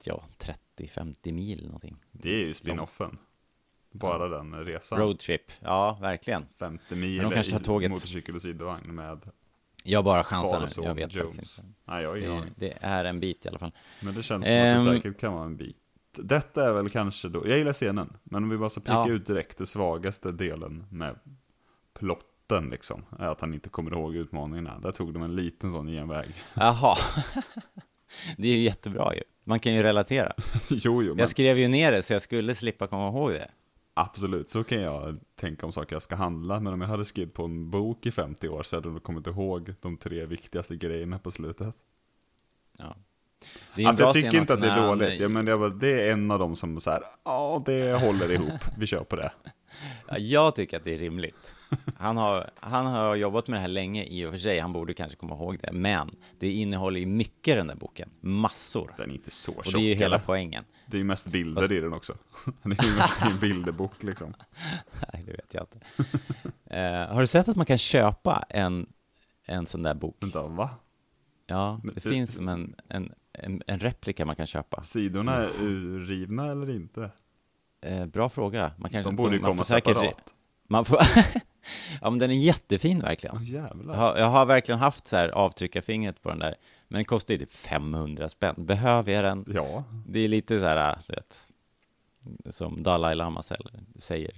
30-50 mil någonting. Det är ju spin-offen. Bara den resan. Roadtrip, ja verkligen. 50 mil de kanske har tåget. Motorcykel och sidovagn med. Jag bara chansar nu, jag vet Jones. Inte. Nej, det är en bit i alla fall. Men det känns som att det säkert kan vara en bit. Detta är väl kanske då, jag gillar scenen, men om vi bara ska peka ut direkt det svagaste delen med plotten liksom, är att han inte kommer ihåg utmaningarna. Där tog de en liten sån genväg. Jaha. Det är ju jättebra ju. Man kan ju relatera. Jo, men jag skrev ju ner det så jag skulle slippa komma ihåg det. Absolut, så kan jag tänka om saker jag ska handla. Men om jag hade skrivit på en bok i 50 år så hade jag kommit ihåg de 3 viktigaste grejerna på slutet. Ja. Alltså jag tycker inte att det är dåligt. Men det är en av dem som så här, det håller ihop. Vi kör på det. Ja, jag tycker att det är rimligt. Han har jobbat med det här länge i och för sig. Han borde kanske komma ihåg det. Men det innehåller ju mycket den där boken. Massor. Den är inte så tjock. Och det är ju hela poängen. Det är ju mest bilder i den också. Det är ju mest en bilderbok liksom. Nej, det vet jag inte. Har du sett att man kan köpa en sån där bok? Vänta, va? Ja, det finns som en replika man kan köpa. Sidorna är urrivna eller inte? Bra fråga. De borde ju komma separat. Ja, men den är jättefin verkligen. Jag har verkligen haft så här avtryckarfingret på den där. Men den kostar ju typ 500 spänn. Behöver jag den? Ja. Det är lite så här, du vet, som Dalai Lama säger.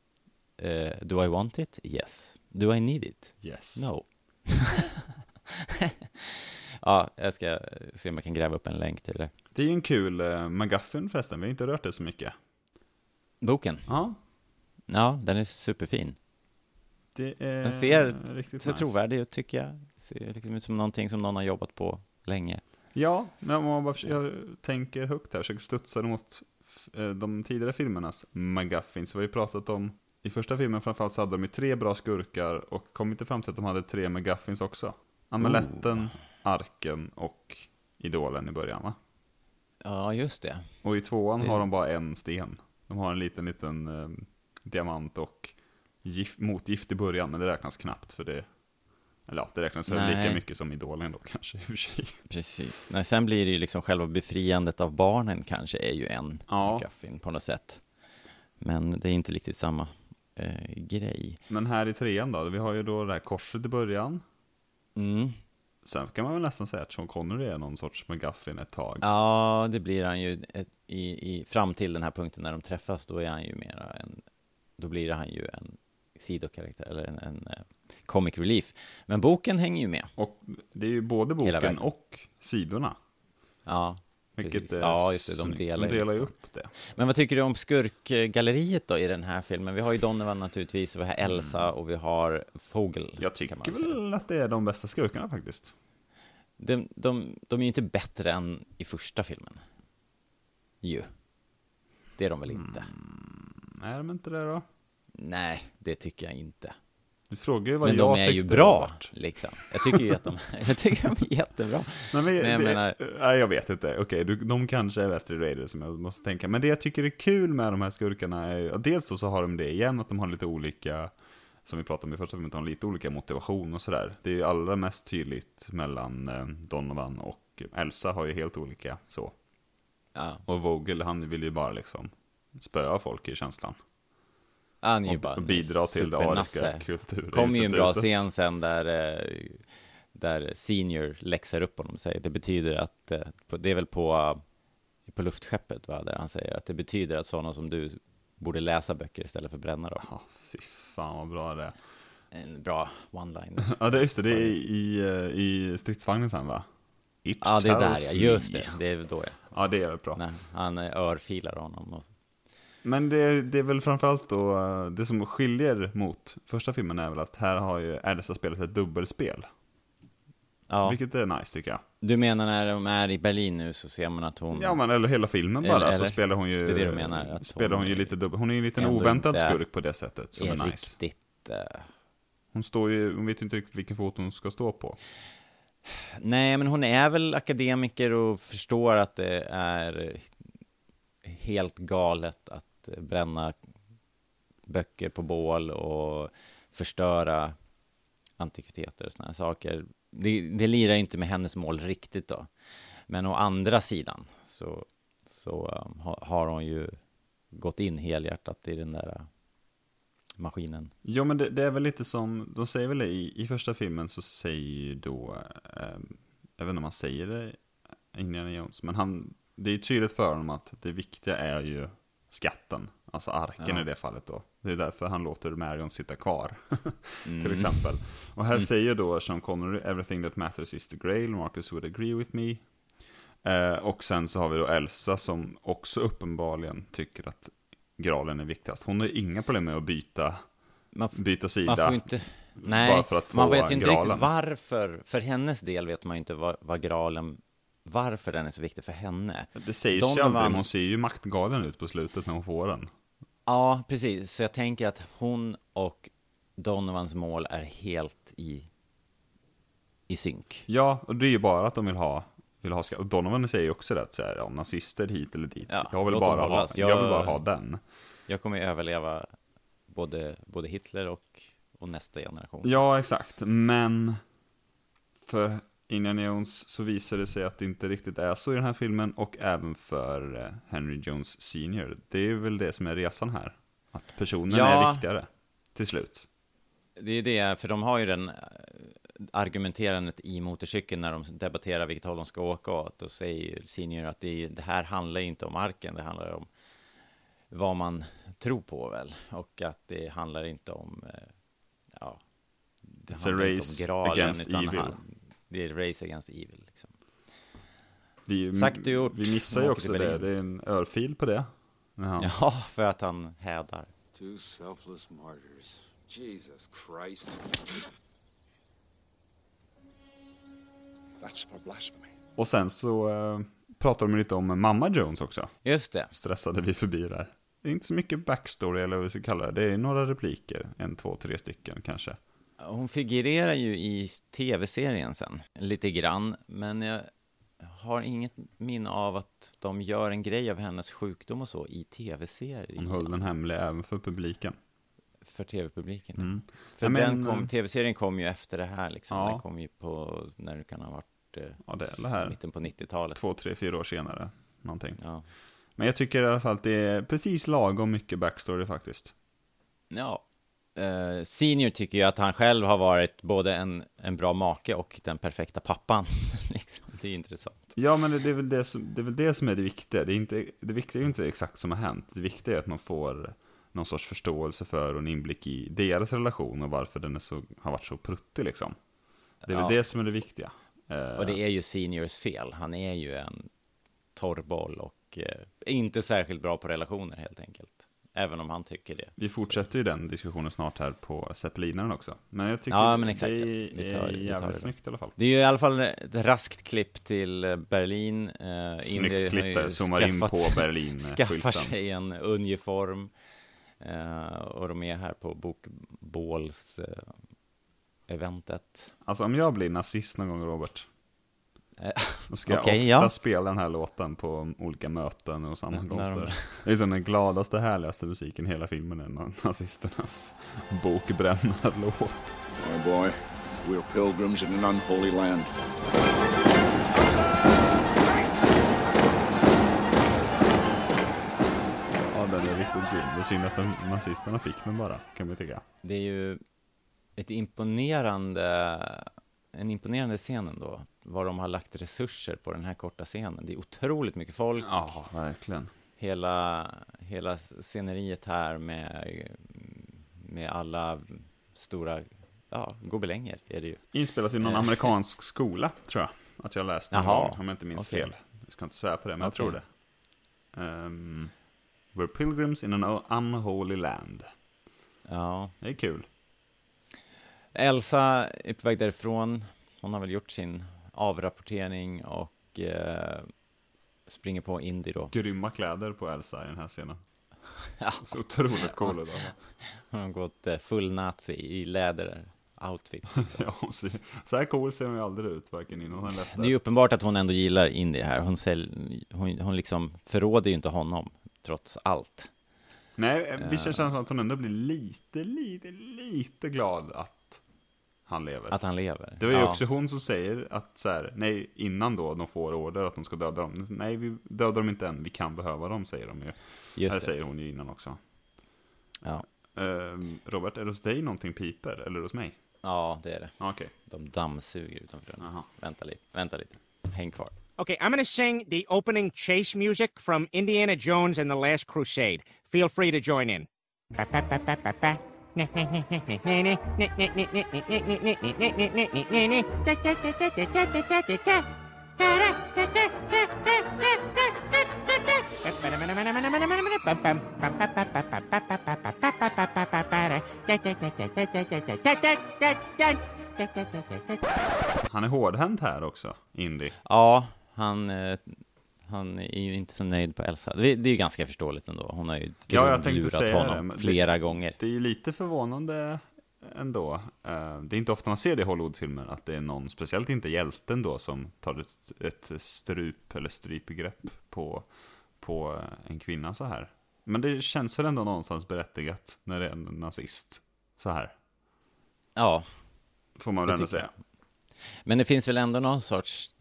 Do I want it? Yes. Do I need it? Yes. No. Ja, jag ska se om jag kan gräva upp en länk till det. Det är ju en kul MacGuffin förresten, vi har inte rört det så mycket. Boken? Ja. Ja, den är superfin. Den ser riktigt nice. trovärdig ut, tycker jag. Ser liksom ut som någonting som någon har jobbat på länge. Ja, men jag tänker högt här, försöker studsa mot de tidigare filmernas MacGuffin. Så vi har ju pratat om, i första filmen framförallt så hade de ju 3 bra skurkar och kom inte fram till att de hade 3 MacGuffins också. Amuletten, arken och idolen i början, va? Ja, just det. Och i 2:an har de bara en sten. De har en liten diamant och motgift i början, men det räknas knappt för det. Eller ja, det räknas väl lika mycket som idolen då kanske i och för sig. Precis. Nej, sen blir det ju liksom själva befriandet av barnen kanske är ju en MacGuffin på något sätt. Men det är inte riktigt samma grej. Men här i 3:an då, vi har ju då det här korset i början. Sen kan man väl nästan säga att Sean Connery är någon sorts MacGuffin ett tag. Ja, det blir han ju fram till den här punkten när de träffas, då är han ju då blir han ju en sidokaraktär eller en comic relief. Men boken hänger ju med. Och det är ju både boken och sidorna. Ja, vilket ja, just det, de delar ju upp det. Men vad tycker du om skurkgalleriet då i den här filmen? Vi har ju Donovan naturligtvis, och vi har Elsa och vi har Fogel. Jag tycker väl att det är de bästa skurkarna faktiskt. De är ju inte bättre än i första filmen. Det är de väl inte? Är de inte det då? Nej, det tycker jag inte. Du frågar ju vad men jag de är ju bra, liksom. Jag tycker ju att de är jättebra. Jag vet inte. Okej, de kanske är bättre Raiders som jag måste tänka. Men det jag tycker är kul med de här skurkarna är, dels så har de det igen, att de har lite olika, som vi pratade om i första filmen, de har lite olika motivation och sådär. Det är ju allra mest tydligt mellan Donovan och Elsa har ju helt olika så. Ja. Och Vogel, han vill ju bara liksom spöa folk i känslan. Han är ju bara och bidra till det ariska kulturen. Kom ju en bra scen sen där Senior läxar upp honom och säger det betyder att det är väl på luftskeppet, va, där han säger att det betyder att sådana som du borde läsa böcker istället för bränna dem. Ja, fy fan vad bra det är. En bra one-liner. Ja, det är just det. Det är i stridsvagnen sen, va? Ja, det är där, ja. Just det. Det är då, ja. Ja, det är väl bra. Nej, han örfilar honom och... Men det är väl framförallt då, det som skiljer mot första filmen är väl att här har ju Elsa spelat ett dubbelspel. Ja. Vilket är nice, tycker jag. Du menar när de är i Berlin nu så ser man att hon... Ja, men eller hela filmen bara, så spelar hon ju... Det är det du menar, att spelar hon ju lite dubbel. Hon är ju en liten oväntad skurk på det sättet, som är nice. Riktigt... Hon vet ju inte riktigt vilken fot hon ska stå på. Nej, men hon är väl akademiker och förstår att det är helt galet att bränna böcker på bål och förstöra antikviteter och såna här saker. Det lirar inte med hennes mål riktigt då. Men å andra sidan så har hon ju gått in helhjärtat i den där maskinen. Jo, men det är väl lite som, de säger väl i första filmen så säger då, jag vet inte om han säger det, Indiana Jones, men det är tydligt för honom att det viktiga är ju skatten, alltså arken i det fallet då. Det är därför han låter Marion sitta kvar, till exempel. Och här säger då Sean Connery, everything that matters is the grail, Marcus would agree with me. Och sen så har vi då Elsa som också uppenbarligen tycker att graalen är viktigast. Hon har inga problem med att byta sida. Man får inte, nej, bara för att få man vet ju inte graalen. riktigt varför. För hennes del vet man ju inte vad graalen, varför den är så viktig för henne. Det säger sig aldrig, hon ser ju maktgalen ut på slutet när hon får den. Ja, precis. Så jag tänker att hon och Donovans mål är helt i synk. Ja, och det är ju bara att de vill ha och Donovan säger ju också det, så här, nazister hit eller dit. Ja, jag vill bara ha den. Jag kommer överleva både Hitler och nästa generation. Ja, exakt. Men för Indiana Jones så visar det sig att det inte riktigt är så i den här filmen, och även för Henry Jones Senior. Det är väl det som är resan här. Att personen är viktigare till slut. Det är det, för de har ju den argumenterandet i motorcykeln när de debatterar vilket håll de ska åka åt, och säger Senior att det här handlar inte om marken, det handlar om vad man tror på väl, och att det handlar inte om det handlar inte om graalen, utan Det är Race Against Evil liksom. Sagt och gjort. Vi missar ju också det. Det är en örfil på det. Ja, för att han hädar. Two selfless martyrs. Jesus Christ. That's for blasphemy. Och sen så pratar de lite om Mamma Jones också. Just det. Stressade vi förbi där. Det är inte så mycket backstory eller vad vi ska kalla det. Det är några repliker. 1, 2, 3 stycken kanske. Hon figurerar ju i tv-serien sen. Lite grann. Men jag har inget minne av att de gör en grej av hennes sjukdom och så i tv-serien. Hon höll den hemlig även för publiken. För tv-publiken. Mm. För tv-serien kom ju efter det här liksom. Ja. Den kom ju på, när det kan ha varit det här. Mitten på 90-talet. 2, 3, 4 år senare. Någonting. Ja. Men jag tycker i alla fall att det är precis lagom mycket backstory faktiskt. Ja. Senior tycker ju att han själv har varit både en bra make och den perfekta pappan. liksom. Det är intressant. Ja, men det är väl det som är det viktiga. Det viktiga är ju inte exakt som har hänt. Det viktiga är att man får någon sorts förståelse för och en inblick i deras relation och varför den har varit så pruttig liksom. Det är väl det som är det viktiga. Och det är ju Seniors fel. Han är ju en torrboll och inte särskilt bra på relationer helt enkelt. Även om han tycker det. Vi fortsätter ju den diskussionen snart här på Zeppelinaren också. Men jag tycker men exakt. det är jävligt snyggt i alla fall. Det är ju i alla fall ett raskt klipp till Berlin. Snyggt klipp där, zoomar in på Berlin. Skaffar sig en uniform. Och de är här på bokbåls eventet. Alltså om jag blir nazist någon gång, Robert, då ska okay, jag ofta spela den här låten på olika möten och sammankomster. Det är som den gladaste, härligaste musiken i hela filmen, är nazisternas bokbrännarlåt. My boy, we're pilgrims in an unholy land. Ja, den är riktigt grym. Det är synd att nazisterna fick den bara, kan man tycka. Det är ju en imponerande scen ändå, var de har lagt resurser på den här korta scenen. Det är otroligt mycket folk. Ja, verkligen. Hela sceneriet här med alla stora gobelänger är det ju. Inspelat i någon amerikansk skola, tror jag. Att jag läste någon gång, om jag inte minns fel. Jag ska inte svära på det, men jag tror det. We're pilgrims in an unholy land. Ja. Det är kul. Elsa är på väg därifrån. Hon har väl gjort sin avrapportering och springer på Indy då. Grymma kläder på Elsa i den här scenen. Ja. Så otroligt cool då. Hon har gått full nazi i läder-outfit. Liksom. Ja, så här cool ser hon ju aldrig ut, varken innan eller efter. Det är ju uppenbart att hon ändå gillar Indy här. Hon liksom förråder ju inte honom, trots allt. Nej, visst känns det som att hon ändå blir lite glad att han lever. Att han lever. Det var ju också hon som säger att så här, nej, innan då de får order att de ska döda dem. Nej, vi dödar dem inte än, vi kan behöva dem, säger de ju. Just det. Säger hon ju innan också. Ja. Robert, är det hos dig någonting piper, eller hos mig? Ja, det är det. Okej. De dammsuger utanför den. Vänta lite. Häng kvar. Okay, I'm gonna sing the opening chase music from Indiana Jones and the Last Crusade. Feel free to join in. Han är hårdhänt här också, Indy. Ja, han är ju inte så nöjd på Elsa. Det är ju ganska förståeligt ändå. Hon har ju lurat honom flera gånger. Det är ju lite förvånande ändå. Det är inte ofta man ser det i Hollywoodfilmer, att det är någon, speciellt inte hjälten då, som tar ett strypgrepp på en kvinna så här. Men det känns väl ändå någonstans berättigat när det är en nazist så här. Ja. Får man väl ändå säga. Men det finns väl ändå någon sorts...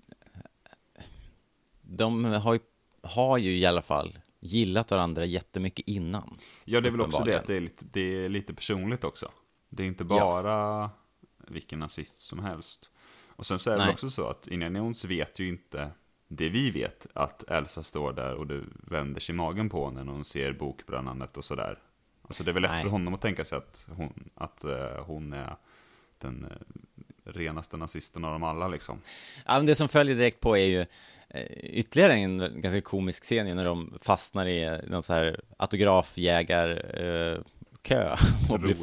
De har ju i alla fall gillat varandra jättemycket innan. Ja, det är väl också det att det är lite personligt också. Det är inte bara vilken nazist som helst. Och sen så är det också så att Indiana Jones vet ju inte det vi vet, att Elsa står där och det vänder sig i magen på när hon ser bokbrännandet och sådär. Alltså det är väl lätt för honom att tänka sig att hon är den renaste nazisten av dem alla liksom. Ja, men det som följer direkt på är ju ytterligare en ganska komisk scen när de fastnar i någon så här autografjägarkö och blir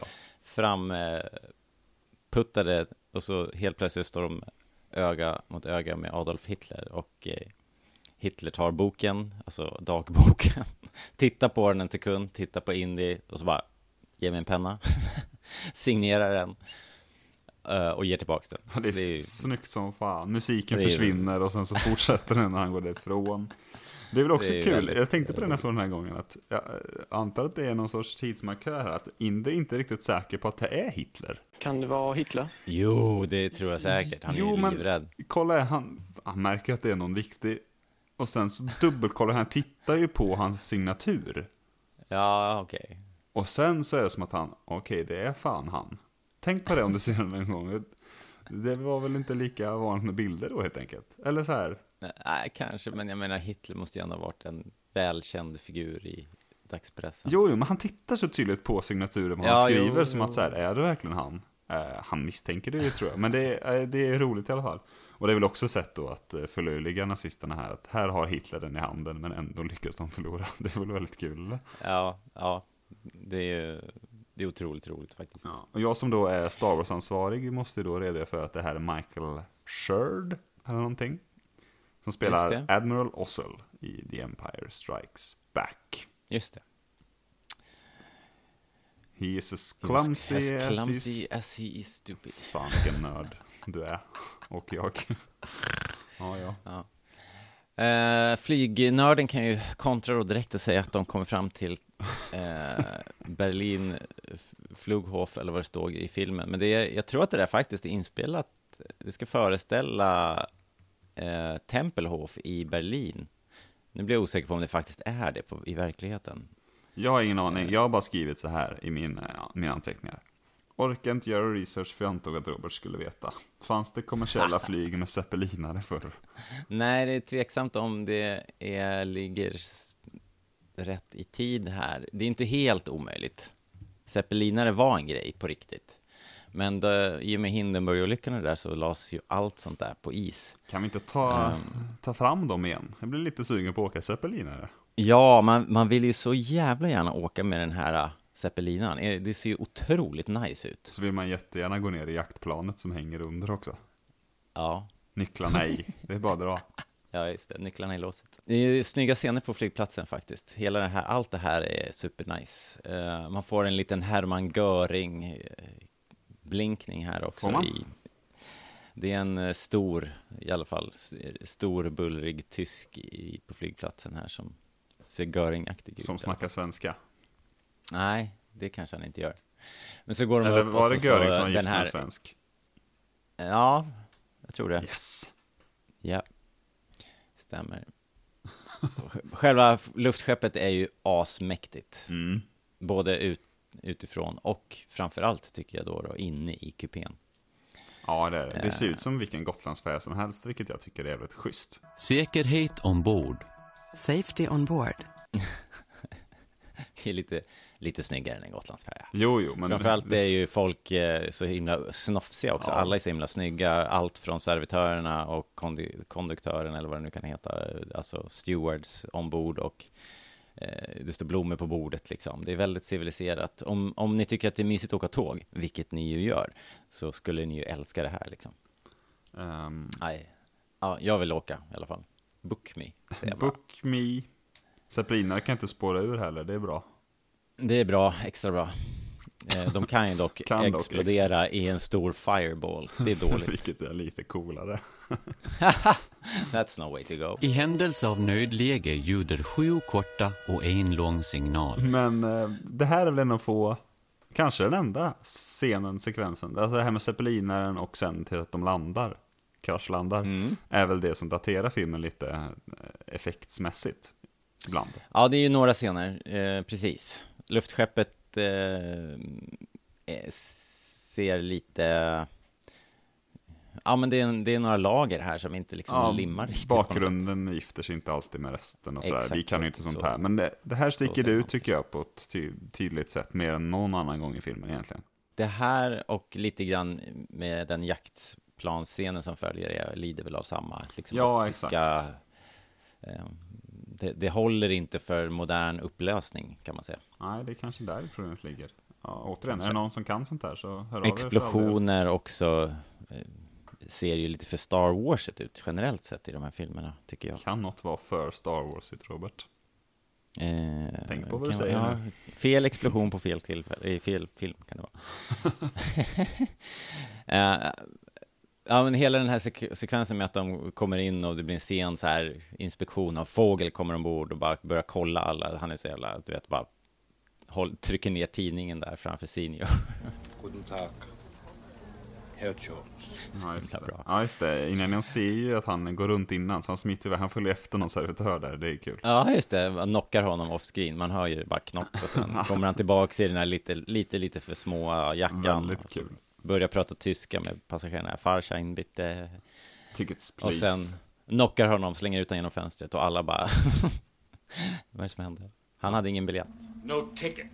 framputtade och så helt plötsligt står de öga mot öga med Adolf Hitler och Hitler tar boken, alltså dagboken, tittar på den en sekund, tittar på Indy och så bara ge mig en penna, signerar den och ger tillbaka den. Ja, det är snyggt som fan. Musiken försvinner och sen så fortsätter den när han går därifrån. Det är väl också kul. Jag tänkte på det när jag såg den här gången att jag antar att det är någon sorts tidsmarkör här, att Indy är inte riktigt säker på att det är Hitler. Kan det vara Hitler? Jo, det tror jag säkert. Han är ju livrädd. Kolla, han märker att det är någon viktig. Och sen så dubbelkollar han, tittar ju på hans signatur. Ja, okej. Och sen så är det som att han, det är fan han. Tänk på det om du ser den en gång. Det var väl inte lika vanligt med bilder då helt enkelt. Eller så här. Nej, kanske, men jag menar Hitler måste ju ändå ha varit en välkänd figur i dagspressen. Jo, men han tittar så tydligt på signaturen vad han skriver som att så här, är det verkligen han? Han misstänker det ju, tror jag. Men det är roligt i alla fall. Och det är väl också sätt då att förlöjliga nazisterna här. Att här har Hitler den i handen, men ändå lyckas de förlora. Det är väl väldigt kul, eller? Ja. Det är otroligt roligt faktiskt. Ja. Och jag som då är Star Wars-ansvarig måste ju då redogöra för att det här är Michael Sherd eller någonting. Som spelar Admiral Ozzel i The Empire Strikes Back. Just det. He is as clumsy as he is stupid. Fan, vilken nörd du är. Och jag. Ja. Flygnörden kan ju kontra då direkt och säga att de kommer fram till Berlin Flughof eller vad det stod i filmen. Men jag tror att det där faktiskt är inspelat. Det ska föreställa Tempelhof i Berlin. Nu blir jag osäker på om det faktiskt är det i verkligheten. Jag har ingen aning. Jag har bara skrivit så här i mina anteckningar. Orkar inte göra research för jag antog att Robert skulle veta. Fanns det kommersiella flyg med zeppelinare förr? Nej, det är tveksamt om det ligger rätt i tid här. Det är inte helt omöjligt. Zeppelinare var en grej på riktigt. Men i och med Hindenburg-olyckan där så lades ju allt sånt där på is. Kan vi inte ta fram dem igen? Jag blir lite sugen på att åka zeppelinare. Ja, man vill ju så jävla gärna åka med den här zeppelinan. Det ser ju otroligt nice ut. Så vill man jättegärna gå ner i jaktplanet som hänger under också. Ja. Nycklarna i. Det är bara att dra. Ja, just det. Nycklarna i låset. Det är snygga scener på flygplatsen faktiskt. Allt det här är supernice. Man får en liten Hermann Göring blinkning här också. Det är en stor bullrig tysk på flygplatsen här som ser Göring-aktig ut. Som snackar svenska. Nej, det kanske han inte gör. Men så går de eller upp var det Göring som var gift med svensk? Ja, jag tror det. Yes. Ja, stämmer. Själva luftskeppet är ju asmäktigt. Både utifrån och framförallt tycker jag då inne i kupén. Ja, det ser ut som vilken Gotlandsfärja som helst, vilket jag tycker är jävligt schysst. Säkerhet ombord. Safety on board. Det är lite snyggare än en Gotlandsfärja. Jo, men framförallt är ju folk så himla snofsiga också. Ja. Alla är så himla snygga. Allt från servitörerna och konduktören eller vad det nu kan heta. Alltså stewards ombord och det står blommor på bordet liksom. Det är väldigt civiliserat. Om ni tycker att det är mysigt att åka tåg, vilket ni ju gör, så skulle ni ju älska det här liksom. Ja, jag vill åka i alla fall. Book me. Book me. Zeppelinare kan inte spåra ur heller, det är bra. Det är bra, extra bra. De kan ju dock explodera i en stor fireball. Det är dåligt. Vilket är lite coolare. That's no way to go. I händelse av nödläge ljuder 7 korta och 1 lång signal. Men det här är väl en att få kanske den enda sekvensen. Alltså det här med zeppelinaren och sen till att de kraschlandar, är väl det som daterar filmen lite effektsmässigt ibland. Ja, det är ju några scener, precis. Luftskeppet ser lite... Ja, men det är några lager här som inte liksom limmar riktigt. Bakgrunden gifter sig inte alltid med resten och sådär. Vi kan ju inte sånt här. Men det här sticker ut tycker jag på ett tydligt sätt mer än någon annan gång i filmen egentligen. Det här och lite grann med den jaktplanscenen som följer, jag lider väl av samma. Liksom, ja, exakt. Det håller inte för modern upplösning, kan man säga. Nej, det är kanske där problemet ligger. Ja, återigen, är det någon som kan sånt här så hör av er. Explosioner också ser ju lite för Star Warset ut generellt sett i de här filmerna, tycker jag. Kan något vara för Star Warsigt, Robert? Tänk på vad du säger. Ja, fel explosion på fel tillfälle. I fel film kan det vara. Ja, men hela den här sekvensen med att de kommer in och det blir en sen så här inspektion av fågel, kommer ombord och bara börjar kolla alla. Han är så jävla, du vet, bara trycker ner tidningen där framför Senior. Guten Tag, Herr Jones. Ja, just det. Innan ser ju att han går runt innan, så han smiter iväg. Han följer efter någon servitör där, det är kul. Ja, just det. Man knockar honom off-screen. Man hör ju bara knock och sen kommer han tillbaka i den här lite för små jackan. Väldigt kul. Börjar prata tyska med passagerarna. Farschein, bitte. Tickets, please. Och sen knockar honom, slänger ut honom genom fönstret och alla bara... Vad är det som händer? Han hade ingen biljett. No ticket.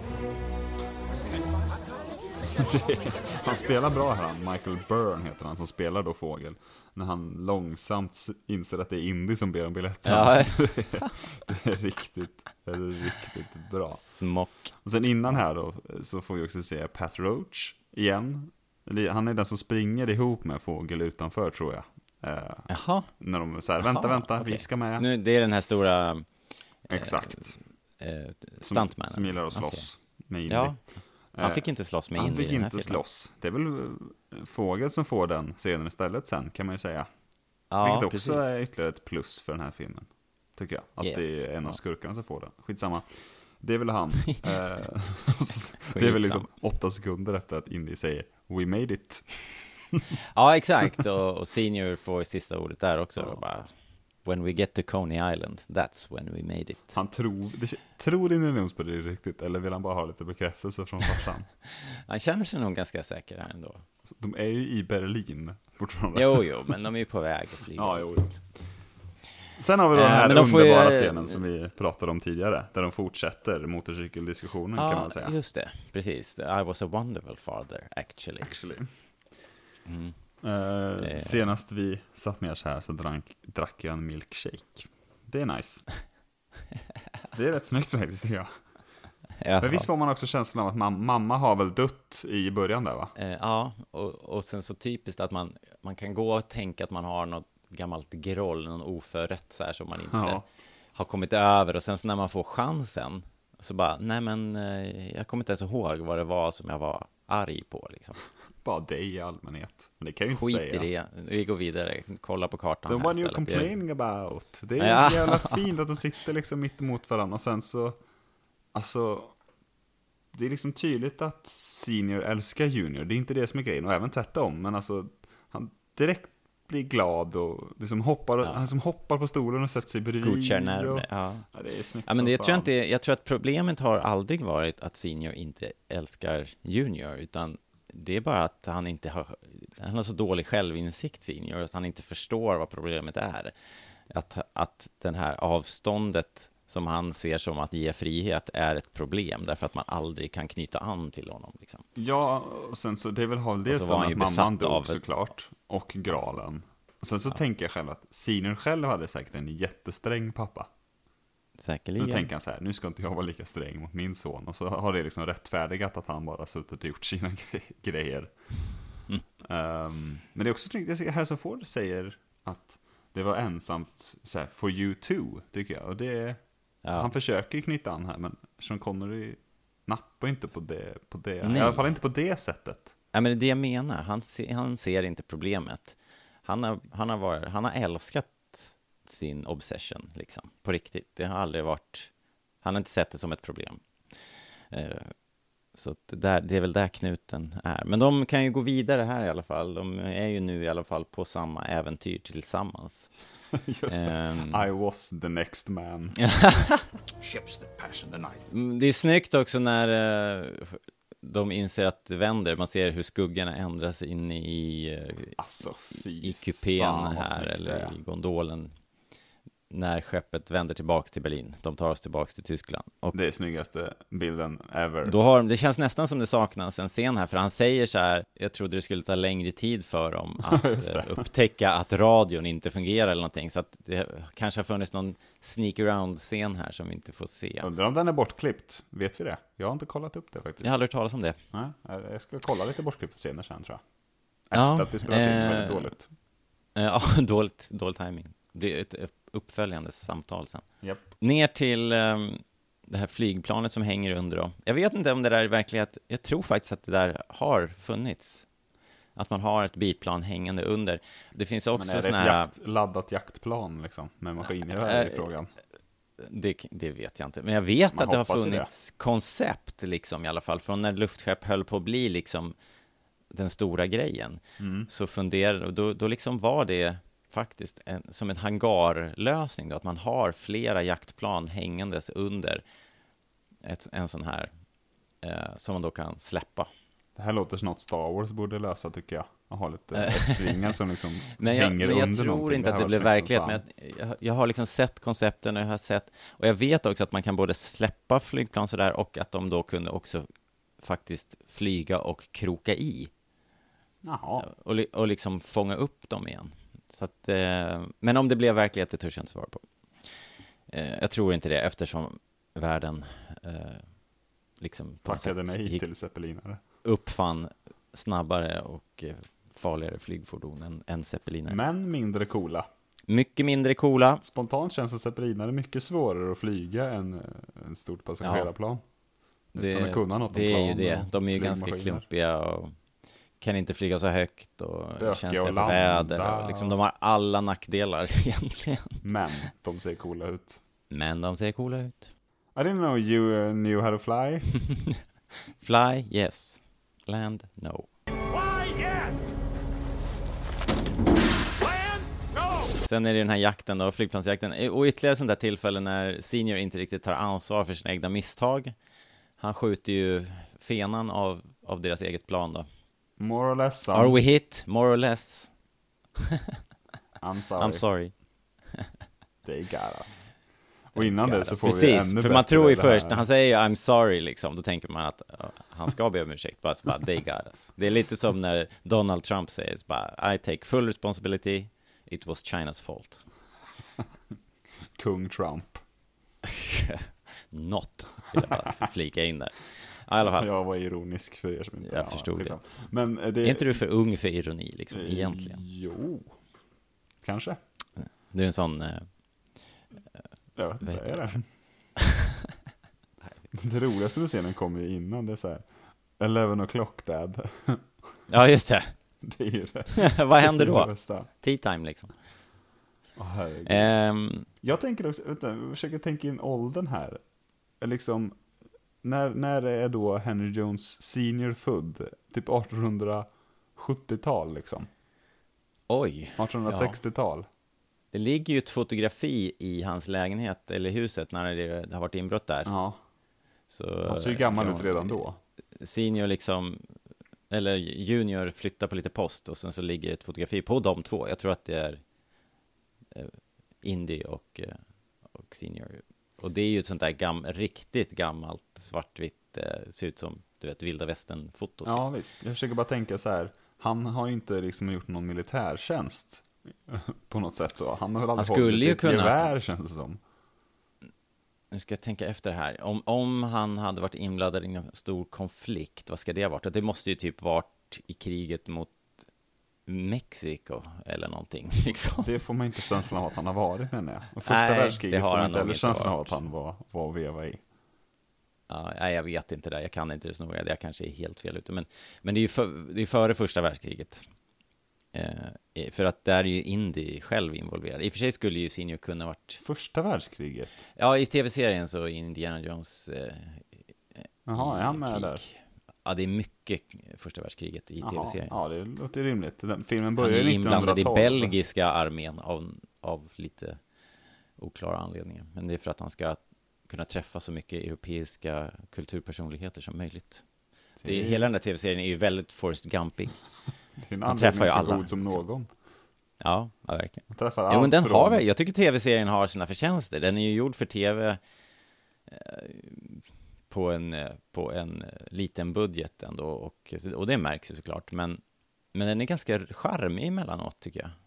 Han spelar bra här, Michael Byrne heter han, som spelar då fågel. När han långsamt inser att det är Indy som ber om biljetten. Ja. Det är riktigt bra. Smock. Och sen innan här då, så får vi också se Pat Roach igen. Han är den som springer ihop med fågel utanför, tror jag. Jaha. När de säger, vänta, okay. Vi ska med. Nu, det är den här stora... Exakt. Stuntmannen. Som gillar att slåss med Indy. Ja. Han fick inte slåss med Indy. Han fick inte slåss. Det är väl fågel som får den scenen istället sen, kan man ju säga. Ja, vilket också precis. är ytterligare ett plus för den här filmen, tycker jag. Att det är en av skurkarna som får den. Skitsamma. Det är väl han. Det är väl liksom 8 sekunder efter att Indy säger "We made it". Ja, exakt. Och Senior får sista ordet där också. Då, bara, "When we get to Coney Island, that's when we made it." Han tror Indiana Jones på det riktigt, eller vill han bara ha lite bekräftelse från farsan? Han känner sig nog ganska säker här ändå. De är ju i Berlin fortfarande. Jo, men de är ju på väg att flyga. Ja, jo. Sen har vi då den här underbara scenen som vi pratade om tidigare, där de fortsätter motorcykeldiskussionen, kan man säga. Ja, just det. Precis. I was a wonderful father, actually. Senast vi satt ner så här så drack jag en milkshake. Det är nice. Det är rätt snyggt faktiskt, tycker jag. Men visst får man också känslan av att mamma har väl dött i början där, va? Ja, och sen så typiskt att man kan gå och tänka att man har något gammalt groll, någon oförrätt så här som man inte har kommit över, och sen så när man får chansen så bara, nej men jag kommer inte ens ihåg vad det var som jag var arg på liksom. Bara dig i allmänhet. Men det kan jag ju inte Skit säga. I det, vi går vidare, kolla på kartan. The one you're complaining about. Det är så jävla fint att de sitter liksom mitt emot varandra, och sen så, alltså, det är liksom tydligt att Senior älskar Junior. Det är inte det som är grejen, och även tvärtom, men alltså han direkt blir glad och liksom han som hoppar på stolen och sätter sig bredvid. Ja, det är snyggt. Ja, men jag tror att problemet har aldrig varit att Senior inte älskar Junior, utan det är bara att han har så dålig självinsikt, Senior, att han inte förstår vad problemet är. Att den här avståndet som han ser som att ge frihet är ett problem, därför att man aldrig kan knyta an till honom liksom. Ja, och sen så det är väl dels att mamman dog såklart, och Gralen. Och sen så tänker jag själv att Senior själv hade säkert en jättesträng pappa. Säkerligen. Nu tänker han så här, nu ska inte jag vara lika sträng mot min son. Och så har det liksom rättfärdigat att han bara suttit och gjort sina grejer. Men det är också snyggt, Harrison Ford säger att det var ensamt så här, for you too, tycker jag. Och det han försöker knyta an här, men Sean Connery nappar inte på det. I alla fall inte på det sättet. Ja, men det är det jag menar. Han ser inte problemet. Han har älskat sin obsession liksom, på riktigt. Det har aldrig varit, han har inte sett det som ett problem. Så det är väl där knuten är. Men de kan ju gå vidare här i alla fall. De är ju nu i alla fall på samma äventyr tillsammans. Just det. I was the next man. Ships that pass in the night. Det är snyggt också när de inser att det vänder. Man ser hur skuggorna ändras in i kupén här, eller i gondolen. när skeppet vänder tillbaks till Berlin. De tar oss tillbaks till Tyskland. Och det är snyggaste bilden ever. Det känns nästan som det saknas en scen här, för han säger så här: jag trodde det skulle ta längre tid för dem att upptäcka att radion inte fungerar eller någonting, så att det kanske har funnits någon sneak around-scen här som vi inte får se. Undrar om den är bortklippt, vet vi det? Jag har inte kollat upp det faktiskt. Jag har aldrig hört talas om det. Nej, jag ska kolla lite bortklippta scener sen, tror jag. Efter att vi spelat in väldigt dåligt. Ja, dålig timing. Det blir ett uppföljande samtal sen. Yep. Ner till det här flygplanet som hänger under då. Jag vet inte om det där är verklighet. Jag tror faktiskt att det där har funnits. Att man har ett bitplan hängande under. Det finns också sån här... laddat jaktplan liksom, med maskingevär i frågan? Det vet jag inte. Men jag vet att det har funnits koncept liksom, i alla fall. Från när luftskepp höll på att bli liksom den stora grejen. Så funderade, då liksom var det faktiskt som en hangarlösning då, att man har flera jaktplan hängandes under en sån här som man då kan släppa. Det här låter som något Star Wars borde lösa, tycker jag. Att ha lite svingar som liksom hänger under någonting. Men jag tror inte att det blir verklighet. Men jag har liksom sett koncepten och jag vet också att man kan både släppa flygplan sådär och att de då kunde också faktiskt flyga och kroka i. Jaha. Och liksom fånga upp dem igen. Så att, men om det blev verklighet, det törs jag inte svara på. Jag tror inte det, eftersom världen liksom tackade nej till zeppelinare. Uppfann snabbare och farligare flygfordon än zeppelinare. Men mindre coola. Mycket mindre coola. Spontant känns det zeppelinare mycket svårare att flyga än en stort passagerarplan. Utan att kunna något om det plan är ju det. De är ju ganska klumpiga och kan inte flyga så högt och känsliga för väder. Och liksom, de har alla nackdelar egentligen. Men de ser coola ut. I didn't know you knew how to fly. Fly, yes. Land, no. Fly, yes! Land, no! Sen är det den här jakten då, flygplansjakten. Och ytterligare sånt där tillfälle när Senior inte riktigt tar ansvar för sina egna misstag. Han skjuter ju fenan av deras eget plan då. More or less. Are we hit? More or less. I'm sorry. They got us. Och innan det så får vi ännu bättre. För man tror ju först, när han säger I'm sorry liksom, då tänker man att han ska be om ursäkt. Bara they got us. Det är lite som när Donald Trump säger bara, I take full responsibility. It was China's fault. Kung Trump. Not. Vill jag bara flika in där. I alla fall. Jag var ironisk för er som inte jag förstod liksom. det. Men är inte du för ung för ironi liksom, egentligen? Jo, kanske. Du är en sån... Ja, det är det. Det roligaste scenen kommer ju innan. Det är så här 11 o'clock dad. Ja, just det. Det är ju det. Vad händer då? Tea time liksom. Jag tänker också, jag försöker tänka in åldern här. Liksom, när är då Henry Jones senior född? Typ 1870-tal liksom. Oj. 1860-tal. Det ligger ju ett fotografi i hans lägenhet eller huset när det har varit inbrott där. Ja. Så han ser ju gammal ut redan då. Senior liksom, eller junior flyttar på lite post och sen så ligger ett fotografi på de två. Jag tror att det är Indy och senior. Och det är ju ett sånt där riktigt gammalt svartvitt, ser ut som du vet vilda västern-foto. Ja, typ. Visst. Jag försöker bara tänka så här, han har ju inte liksom gjort någon militärtjänst på något sätt så. Han har väl aldrig hållit ett gevär, känns det som. Nu ska jag tänka efter här. Om han hade varit inblandad i en stor konflikt, vad ska det ha varit? Det måste ju typ varit i kriget mot Mexiko eller någonting liksom. Det får man inte känslan av att han har varit, menar jag. Och första världskriget får man inte heller känslan av att han var och veva i. Ja, nej, jag vet inte det. Jag kan inte det så noga. Jag kanske är helt fel ute. Men det är ju före första världskriget. För att där är ju Indy själv involverad. I och för sig skulle ju Senior kunna varit... Första världskriget? Ja, i tv-serien så är Indiana Jones Jaha, är han med där? Ja, det är mycket första världskriget i tv-serien. Ja, det låter rimligt. Den filmen börjar 1912. Han är inblandad i belgiska armén av lite oklara anledningar. Men det är för att han ska kunna träffa så mycket europeiska kulturpersonligheter som möjligt. Hela den där tv-serien är ju väldigt Forrest Gumpig. Det är en anledning så god som någon. Ja, verkligen. Träffar Ja, allt men från... jag tycker tv-serien har sina förtjänster. Den är ju gjord för tv på en liten budget ändå, och det märks ju såklart, men den är ganska charmig emellanåt, tycker jag.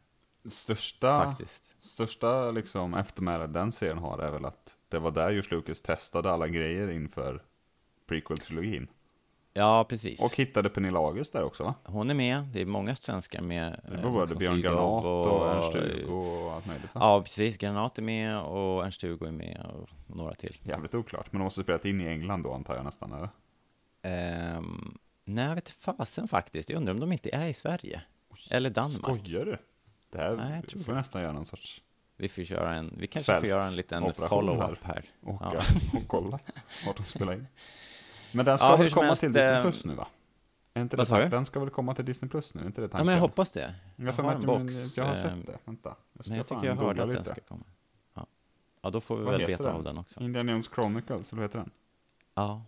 Största liksom eftermälet den serien har är väl att det var där George Lucas testade alla grejer inför prequel-trilogin. Ja, precis. Och hittade Pernilla August där också, va? Hon är med, det är många svenskar med. Det var både Björn Granat och Ernst-Hugo och allt möjligt, va? Ja, precis. Granat är med och Ernst-Hugo är med och några till. Jävligt oklart, men de måste spelat in i England då, antar jag nästan, eller? Nej, jag vet fasen faktiskt. Jag undrar om de inte är i Sverige. Eller Danmark. Skojar du? Det här får nästan göra någon sorts... Vi kanske får göra en liten follow-up här. Och kolla vart de spelar in. Men den ska väl komma till Disney Plus nu, va? Är inte det sagt? Den ska väl komma till Disney Plus nu, är inte det tanken? Ja, men jag hoppas det. Jag har en box. Jag har sett det. Vänta. Jag tycker jag hörde att den ska komma. Ja, då får vi väl veta av den också. Indiana Jones Chronicles, eller heter den? Ja.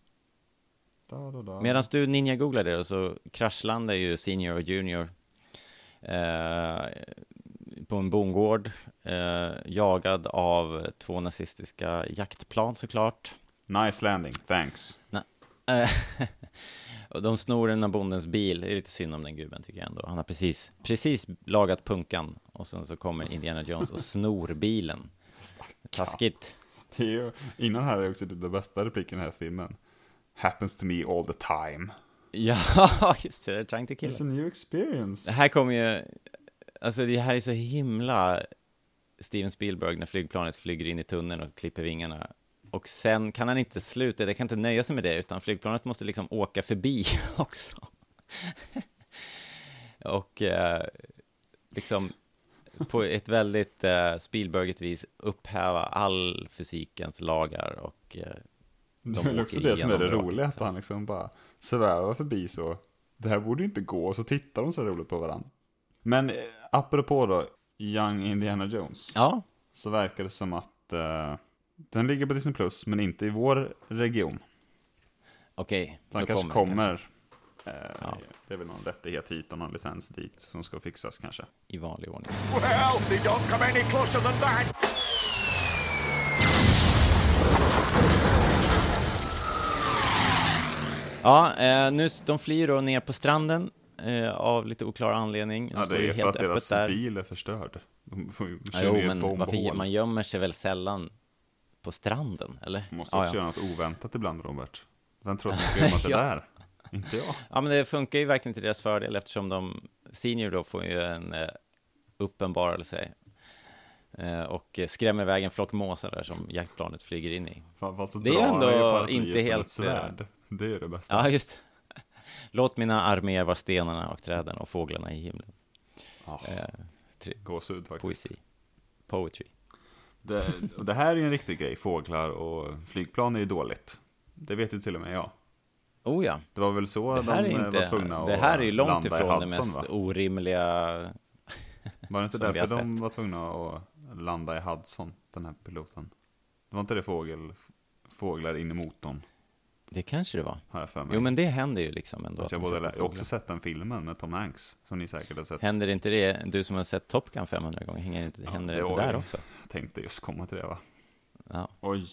Medan du ninja-googlar det, så kraschlandar ju Senior och Junior på en bondgård, jagad av 2 nazistiska jaktplan, såklart. Nice landing, thanks. Och de snor en av bondens bil. Det är lite synd om den gubben, tycker jag ändå. Han har precis lagat punkan, och sen så kommer Indiana Jones och snor bilen. Taskigt. Det är ju, innan här är också det bästa repliken i den här filmen. Happens to me all the time. Ja, just det. Trying to kill It's a new experience. Det här kommer ju... Alltså det här är så himla Steven Spielberg när flygplanet flyger in i tunneln och klipper vingarna. Och sen kan han inte sluta, det kan inte nöja sig med det, utan flygplanet måste liksom åka förbi också. Och liksom på ett väldigt Spielbergigt vis upphäva all fysikens lagar, och det är också det som är det roliga, att han liksom bara svävar förbi så. Det här borde inte gå, och så tittar de så roligt på varandra. Men apropå då Young Indiana Jones, ja, så verkar det som att den ligger på Disney Plus, men inte i vår region. Okej, den kanske kommer. Ja. Det är väl någon rättighet hit och någon licens dit som ska fixas kanske. I vanlig ordning. Well, they don't come any closer than that. Ja, nu de flyr då ner på stranden av lite oklar anledning. Ja, det är för att deras bil är förstörd. De får men varför, man gömmer sig väl sällan på stranden, eller? Man måste också göra något oväntat ibland, Robert. Vem tror att man ska gömma sig där? Inte jag. Ja, men det funkar ju verkligen till deras fördel, eftersom de Senior då får ju en uppenbarelse och skrämmer iväg en flock måsar där som jaktplanet flyger in i. Det är ändå inte helt svärd. Det är det bästa. Ja, just. Låt mina arméer vara stenarna och träden och fåglarna i himlen. Gåshud faktiskt. Poetry. Det här är ju en riktig grej. Fåglar och flygplan är ju dåligt. Det vet ju till och med jag. Oh ja. Det var väl så de var tvungna att det här är ju långt ifrån Hudson, det mest orimliga. Var det inte därför de var tvungna att landa i Hudson, den här piloten? Det var inte det fåglar in i motorn? Det kanske det var. Har jag för mig. Jo, men det händer ju liksom ändå. Jag har också sett den filmen med Tom Hanks, som ni säkert har sett. Händer inte det? Du som har sett Top Gun 500 gånger, händer det inte där också? Jag tänkte just komma till det, va? Ja. Oj.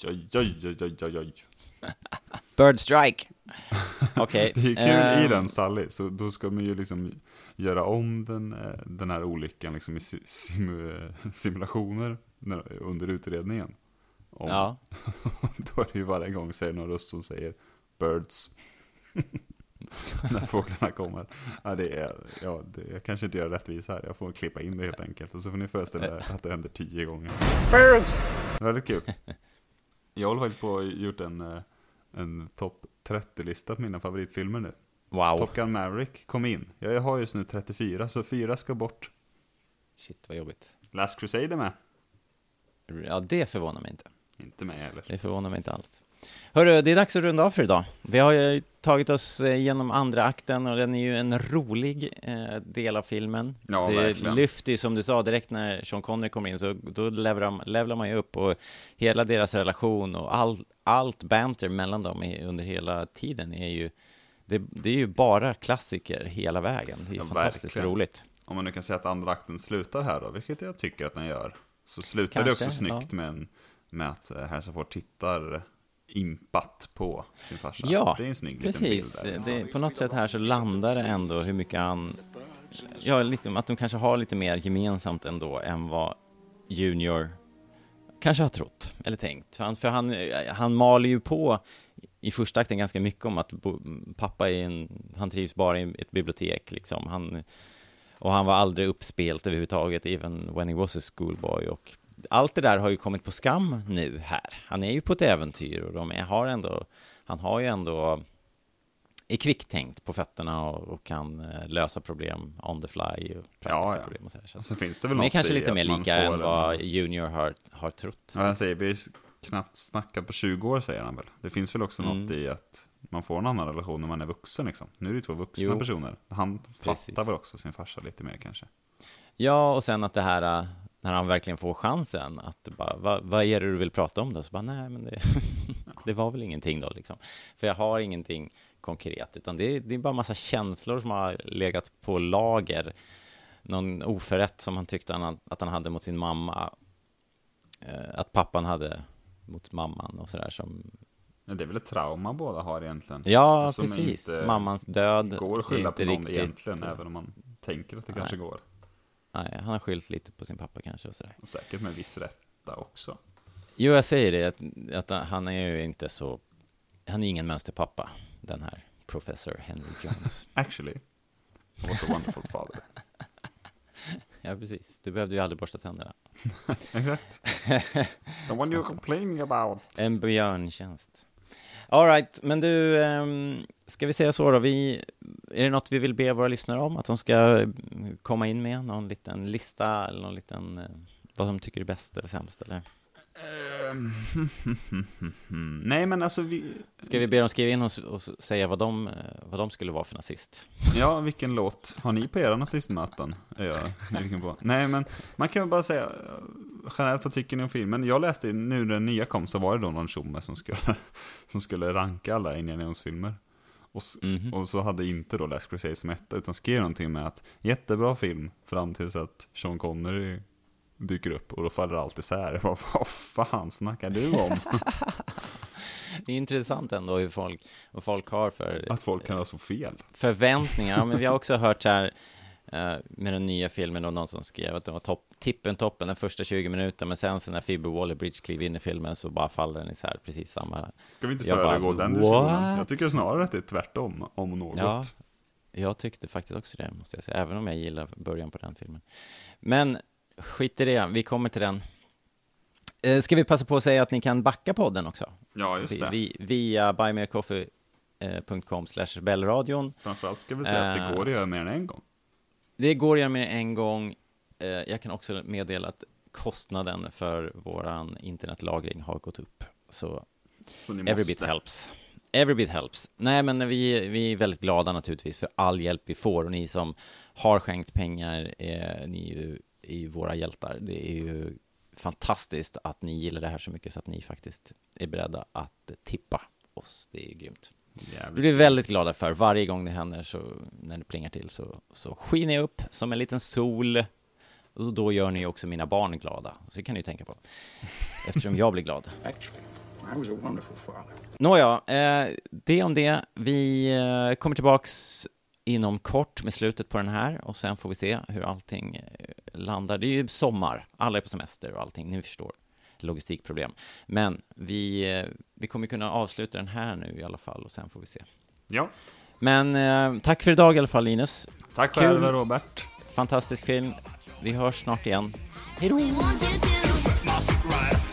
Bird Strike. Okej. Det är kul i den, Sally. Så då ska man ju liksom göra om den här olyckan liksom i simulationer under utredningen. Ja. Då är det ju varje gång så är det någon röst som säger birds. När fåglarna kommer. Jag kanske inte gör rättvis här. Jag får klippa in det helt enkelt. Och så får ni föreställa er att det händer 10 gånger. Birds! Väldigt kul. Jag har faktiskt gjort en topp 30-lista på mina favoritfilmer nu. Wow. Top Gun Maverick kom in. Jag har just nu 34, så 4 ska bort. Shit, vad jobbigt. Last Crusade är med. Ja, det förvånar mig inte. Inte mig heller. Det förvånar mig inte alls. Hörru, det är dags att runda av för idag. Vi har ju tagit oss igenom andra akten, och den är ju en rolig del av filmen. Ja, det verkligen. lyfter ju, som du sa, direkt när Sean Connery kommer in, så då levlar man ju upp, och hela deras relation och allt banter mellan dem under hela tiden är ju det är ju bara klassiker hela vägen. Det är ju fantastiskt verkligen. roligt. om man nu kan säga att andra akten slutar här då, vilket jag tycker att den gör, så slutar det också snyggt med att Harrison Ford tittar impat på sin farsa. Ja, det är en snygg precis. liten bild där. Det, på något sätt här så landar det ändå hur mycket han... Ja, lite, att de kanske har lite mer gemensamt ändå än vad Junior kanske har trott eller tänkt. För han maler ju på i första akten ganska mycket om att pappa han trivs bara i ett bibliotek liksom. Han var aldrig uppspelt överhuvudtaget, even when he was a schoolboy, och allt det där har ju kommit på skam nu här. Han är ju på ett äventyr och han har ju ändå är kvicktänkt på fötterna och kan lösa problem on the fly och praktiska problem och så. Så finns det väl något är kanske i lite mer lika än vad Junior har trott. Ja, han säger, vi är knappt snackat på 20 år, säger han väl. Det finns väl också något i att man får en annan relation när man är vuxen liksom. Nu är det 2 vuxna personer. Han fattar väl också sin farsa lite mer kanske. Ja, och sen att det här, när han verkligen får chansen att bara, vad är det du vill prata om då? Så bara, nej men det var väl ingenting då liksom. För jag har ingenting konkret, utan det är bara massa känslor som har legat på lager. Någon oförrätt som han tyckte att han hade mot sin mamma, att pappan hade mot mamman och sådär som... Ja, det är väl ett trauma båda har egentligen. Ja, precis. Mammans död går att skylla på någon riktigt, egentligen, även om man tänker att det kanske går. Nej, han har skyllt lite på sin pappa kanske och sådär. Och säkert med viss rätta också. Jo, jag säger det, att han är ju inte så... Han är ingen mönsterpappa, den här Professor Henry Jones. Actually, he was a wonderful father. Ja, precis. Du behövde ju aldrig borsta tänderna. Exakt. The one you're complaining about. En björntjänst. All right, men du, ska vi säga så då? Är det något vi vill be våra lyssnare om? Att de ska komma in med någon liten lista eller någon liten, vad de tycker är bäst eller sämst, eller? Nej, men alltså ska vi be dem skriva in och säga vad de skulle vara för nazist? Ja, vilken låt har ni på era nazistmöten? Nej, men man kan väl bara säga generellt, vad tycker ni om filmen? Jag läste nu när den nya kom, så var det då någon tjomme som skulle ranka alla Indiana Jones-filmer. Och så hade inte då Last Crusade som etta, utan skrev någonting med att jättebra film fram tills att Sean Connery dyker upp och då faller allt isär. Vad fan snackar du om? Det är intressant ändå vad folk har för... Att folk kan ha så fel. Förväntningar. Ja, men vi har också hört så här med den nya filmen och någon som skrev att det var toppen den första 20 minuter, men sen när Phoebe Waller-Bridge kliver in i filmen så bara faller den isär precis samma. Ska vi inte föregå den diskussionen? Jag tycker snarare att det är tvärtom om något. Ja, jag tyckte faktiskt också det, måste jag säga, även om jag gillar början på den filmen. Men skit i det, vi kommer till den. Ska vi passa på att säga att ni kan backa podden också? Ja, just det. Via buymeacoffee.com/rebellradion. Framförallt ska vi säga att det går att göra mer än en gång. Det går att göra mer än en gång. Jag kan också meddela att kostnaden för våran internetlagring har gått upp. Så every bit helps. Every bit helps. Nej, men vi är väldigt glada naturligtvis för all hjälp vi får. Och ni som har skänkt pengar, ni är ju våra hjältar. Det är ju fantastiskt att ni gillar det här så mycket så att ni faktiskt är beredda att tippa oss. Det är ju grymt. Vi blir väldigt glada för varje gång det händer, så när det plingar till så skiner jag upp som en liten sol, och då gör ni också mina barn glada. Så det kan ni ju tänka på, eftersom jag blir glad. Nåja, det om det. Vi kommer tillbaks inom kort med slutet på den här, och sen får vi se hur allting landar. Det är ju sommar, alla är på semester och allting, ni förstår. Logistikproblem. Men vi kommer kunna avsluta den här nu i alla fall, och sen får vi se. Ja. Men tack för idag i alla fall, Linus. Tack själv, Robert. Fantastisk film. Vi hörs snart igen. Hej då!